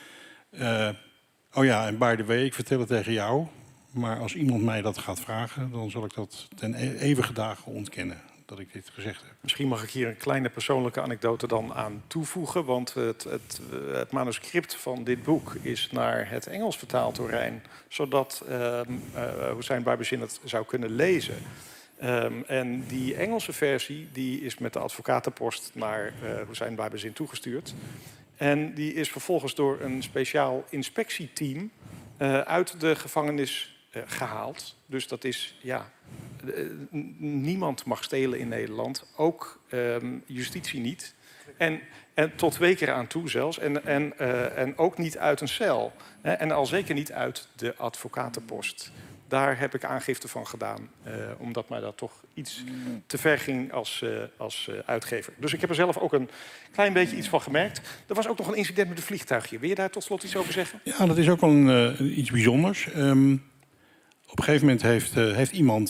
Oh ja, en by the way, ik vertel het tegen jou, maar als iemand mij dat gaat vragen, dan zal ik dat ten eeuwige dagen ontkennen dat ik dit gezegd heb. Misschien mag ik hier een kleine persoonlijke anekdote dan aan toevoegen, want het manuscript van dit boek is naar het Engels vertaald door Rijn, zodat Hussein Barbazin het zou kunnen lezen. En die Engelse versie die is met de advocatenpost naar Hussein Barbazin toegestuurd. En die is vervolgens door een speciaal inspectieteam uit de gevangenis gehaald. Dus dat is, ja, niemand mag stelen in Nederland, ook justitie niet. En tot 2 keer aan toe zelfs. En ook niet uit een cel. En al zeker niet uit de advocatenpost. Daar heb ik aangifte van gedaan, omdat mij dat toch iets te ver ging als uitgever. Dus ik heb er zelf ook een klein beetje iets van gemerkt. Er was ook nog een incident met een vliegtuigje. Wil je daar tot slot iets over zeggen? Ja, dat is ook wel iets bijzonders. Op een gegeven moment heeft iemand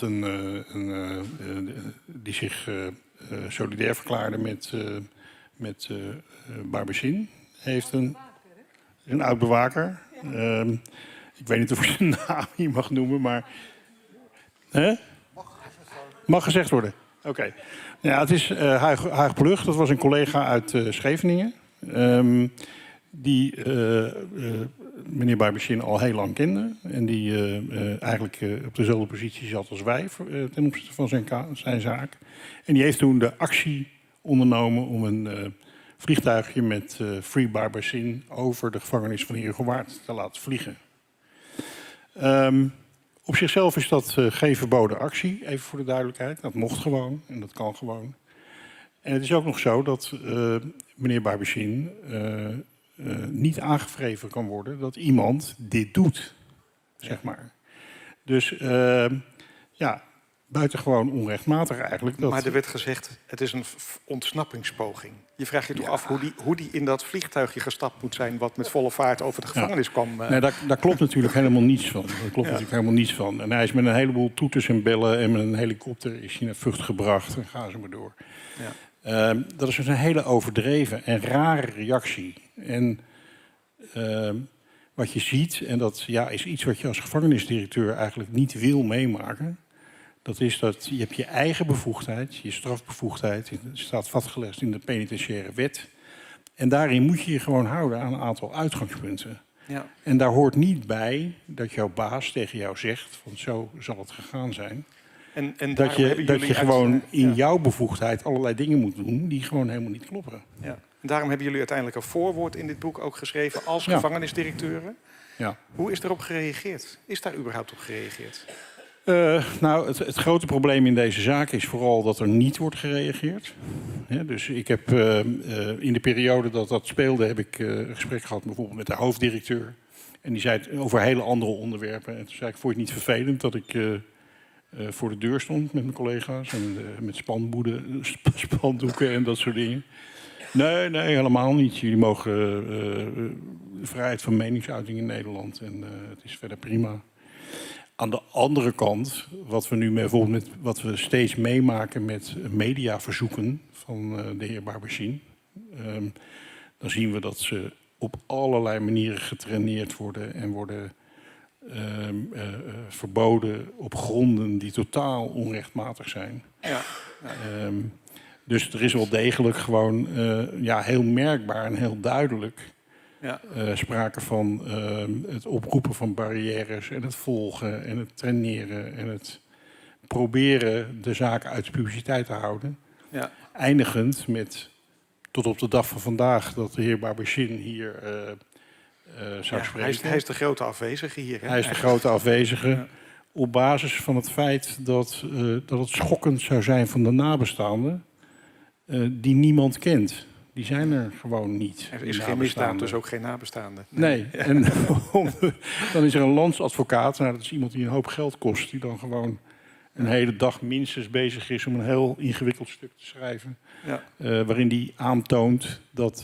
die zich solidair verklaarde met Barbazin. Heeft een oud bewaker. Ik weet niet of ik zijn naam hier mag noemen, maar... Mag gezegd worden? Oké. Ja, het is Huig Plug, dat was een collega uit Scheveningen. Die meneer Barbazin al heel lang kende. En die eigenlijk op dezelfde positie zat als wij ten opzichte van zijn zaak. En die heeft toen de actie ondernomen om een vliegtuigje met Free Barbazin over de gevangenis van Heerhugowaard te laten vliegen. Op zichzelf is dat geen verboden actie, even voor de duidelijkheid. Dat mocht gewoon en dat kan gewoon. En het is ook nog zo dat meneer Barbazin niet aangevreven kan worden dat iemand dit doet, zeg maar. Dus ja, buitengewoon onrechtmatig eigenlijk. Maar er werd gezegd, het is een ontsnappingspoging. Je vraagt je toch af hoe die in dat vliegtuigje gestapt moet zijn, wat met volle vaart over de gevangenis kwam. Nee, daar klopt natuurlijk helemaal niets van. Natuurlijk helemaal niets van. En hij is met een heleboel toeters en bellen en met een helikopter is hij naar Vught gebracht en gaan ze maar door. Ja. Dat is dus een hele overdreven en rare reactie. En wat je ziet, en dat is iets wat je als gevangenisdirecteur eigenlijk niet wil meemaken. Dat is dat je hebt je eigen bevoegdheid, je strafbevoegdheid, het staat vastgelegd in de penitentiaire wet. En daarin moet je je gewoon houden aan een aantal uitgangspunten. Ja. En daar hoort niet bij dat jouw baas tegen jou zegt van zo zal het gegaan zijn. En Dat je gewoon in jouw bevoegdheid allerlei dingen moet doen die gewoon helemaal niet kloppen. Ja. En daarom hebben jullie uiteindelijk een voorwoord in dit boek ook geschreven als gevangenisdirecteuren. Ja. Hoe is erop gereageerd? Is daar überhaupt op gereageerd? Het grote probleem in deze zaak is vooral dat er niet wordt gereageerd. Dus ik heb in de periode dat dat speelde, heb ik een gesprek gehad bijvoorbeeld met de hoofddirecteur. En die zei het over hele andere onderwerpen. En toen zei ik, vond je het niet vervelend dat ik voor de deur stond met mijn collega's en met spandoeken en dat soort dingen. Nee, helemaal niet. Jullie mogen de vrijheid van meningsuiting in Nederland en het is verder prima. Aan de andere kant, wat we nu bijvoorbeeld wat we steeds meemaken met mediaverzoeken van de heer Barbachin, dan zien we dat ze op allerlei manieren getraineerd worden en worden verboden op gronden die totaal onrechtmatig zijn. Ja. Dus er is wel degelijk gewoon heel merkbaar en heel duidelijk sprake van het oproepen van barrières en het volgen en het traineren en het proberen de zaak uit de publiciteit te houden. Ja. Eindigend met tot op de dag van vandaag dat de heer Barbachin hier zou spreken. Hij is de grote afwezige hier. Hè? Hij is de grote afwezige. Ja. Op basis van het feit dat het schokkend zou zijn van de nabestaanden die niemand kent. Die zijn er gewoon niet. Er is geen misdaad, dus ook geen nabestaanden. Nee. En dan is er een landsadvocaat. Nou, dat is iemand die een hoop geld kost. Die dan gewoon een hele dag minstens bezig is om een heel ingewikkeld stuk te schrijven. Ja. Waarin die aantoont dat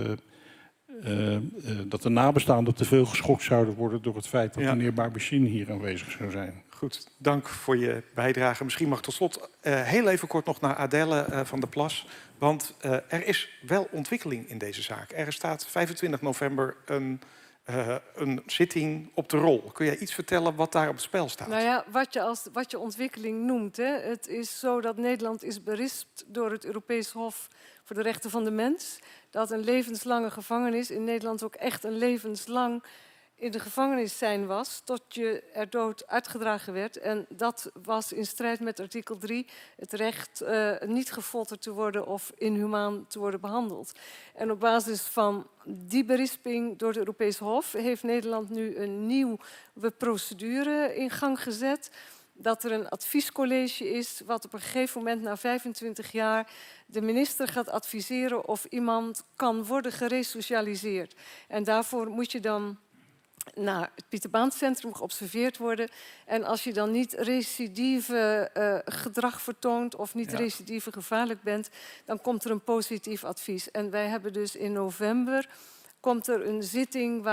de nabestaanden te veel geschokt zouden worden door het feit dat meneer Barbachin hier aanwezig zou zijn. Goed, dank voor je bijdrage. Misschien mag tot slot heel even kort nog naar Adelle van der Plas. Want er is wel ontwikkeling in deze zaak. Er staat 25 november een zitting op de rol. Kun jij iets vertellen wat daar op het spel staat? Nou ja, wat je ontwikkeling noemt. Hè. Het is zo dat Nederland is berispt door het Europees Hof voor de Rechten van de Mens. Dat een levenslange gevangenis in Nederland ook echt een levenslang in de gevangenis zijn was, tot je er dood uitgedragen werd. En dat was in strijd met artikel 3, het recht niet gefolterd te worden of inhumaan te worden behandeld. En op basis van die berisping door het Europees Hof heeft Nederland nu een nieuwe procedure in gang gezet. Dat er een adviescollege is wat op een gegeven moment na 25 jaar de minister gaat adviseren of iemand kan worden geresocialiseerd. En daarvoor moet je dan naar het Pieter Baan Centrum geobserveerd worden. En als je dan niet recidieve gedrag vertoont of niet recidieve gevaarlijk bent, dan komt er een positief advies. En wij hebben dus in november komt er een zitting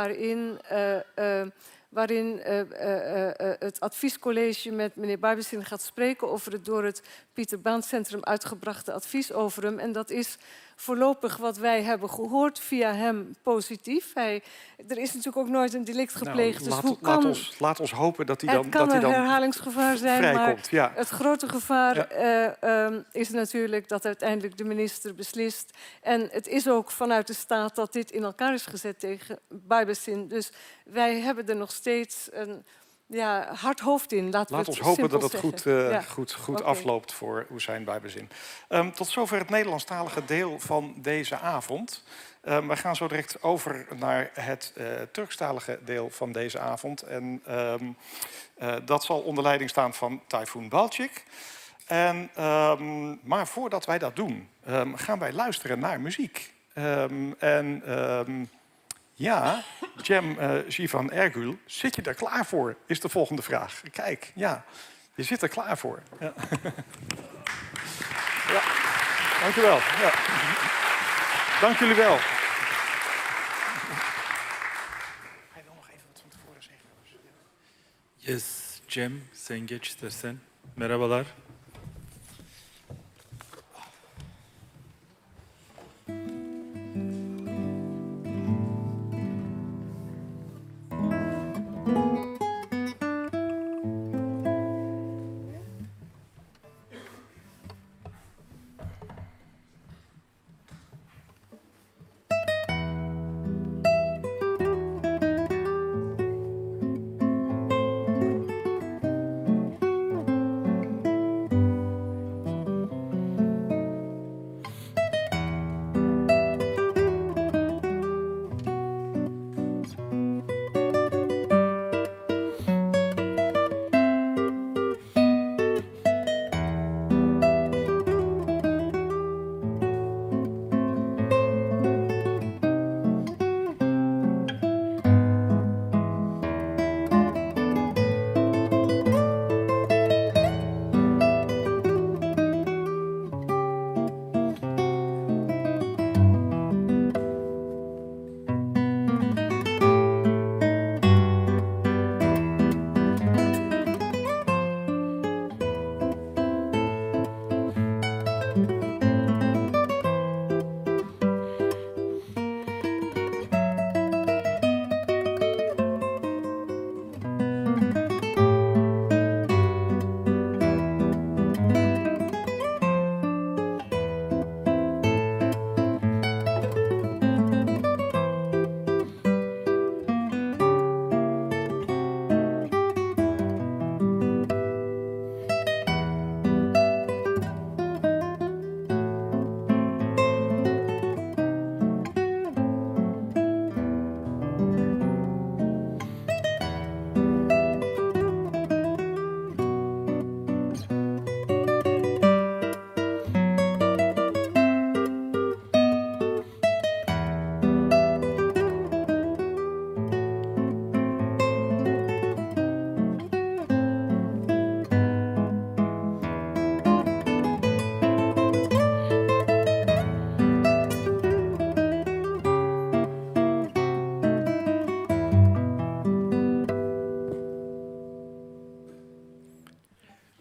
waarin het adviescollege met meneer Barbachin gaat spreken over het door het Pieter Baan Centrum uitgebrachte advies over hem. En dat is voorlopig wat wij hebben gehoord via hem positief. Er is natuurlijk ook nooit een delict gepleegd. Nou, dus laat ons hopen dat hij dan het kan een herhalingsgevaar zijn, vrijkomt. Maar het grote gevaar is natuurlijk dat uiteindelijk de minister beslist. En het is ook vanuit de staat dat dit in elkaar is gezet tegen Barbachin. Dus wij hebben er nog steeds een hard hoofd in. Laat ons hopen dat het goed afloopt voor Hussein Barbachin. Tot zover het Nederlandstalige deel van deze avond. We gaan zo direct over naar het Turkstalige deel van deze avond. En dat zal onder leiding staan van Tayfun Balcik. Maar voordat wij dat doen, gaan wij luisteren naar muziek. Ja, Cem Jivan Ergül, zit je daar klaar voor? Is de volgende vraag. Kijk, ja, je zit er klaar voor. Ja. Ja, dank u wel. Ja. Dank jullie wel. Hij wil nog even wat van tevoren zeggen. Yes, Cem, sen geç istersen. Merhabalar.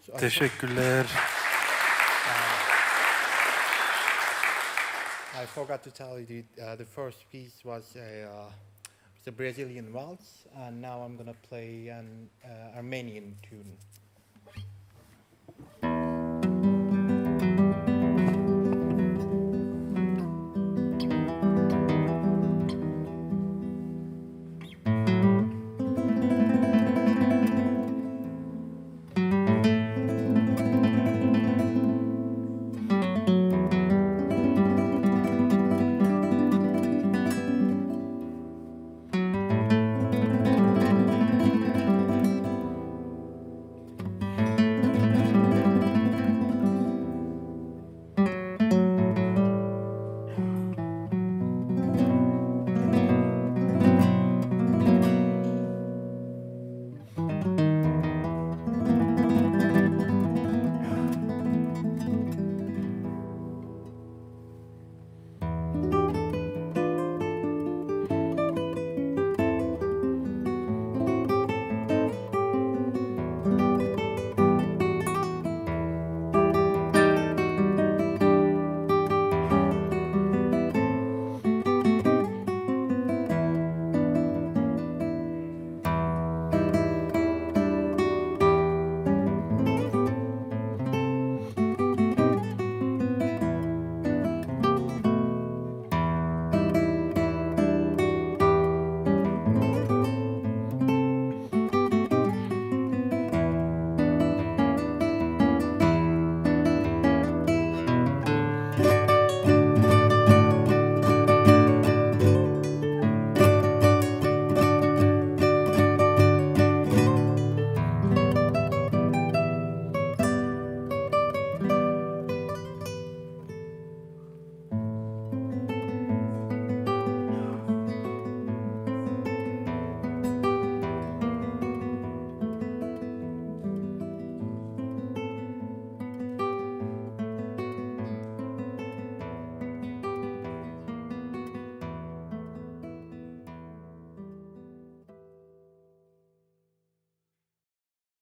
Teşekkürler. I forgot to tell you the first piece was a Brazilian waltz, and now I'm going to play an Armenian tune.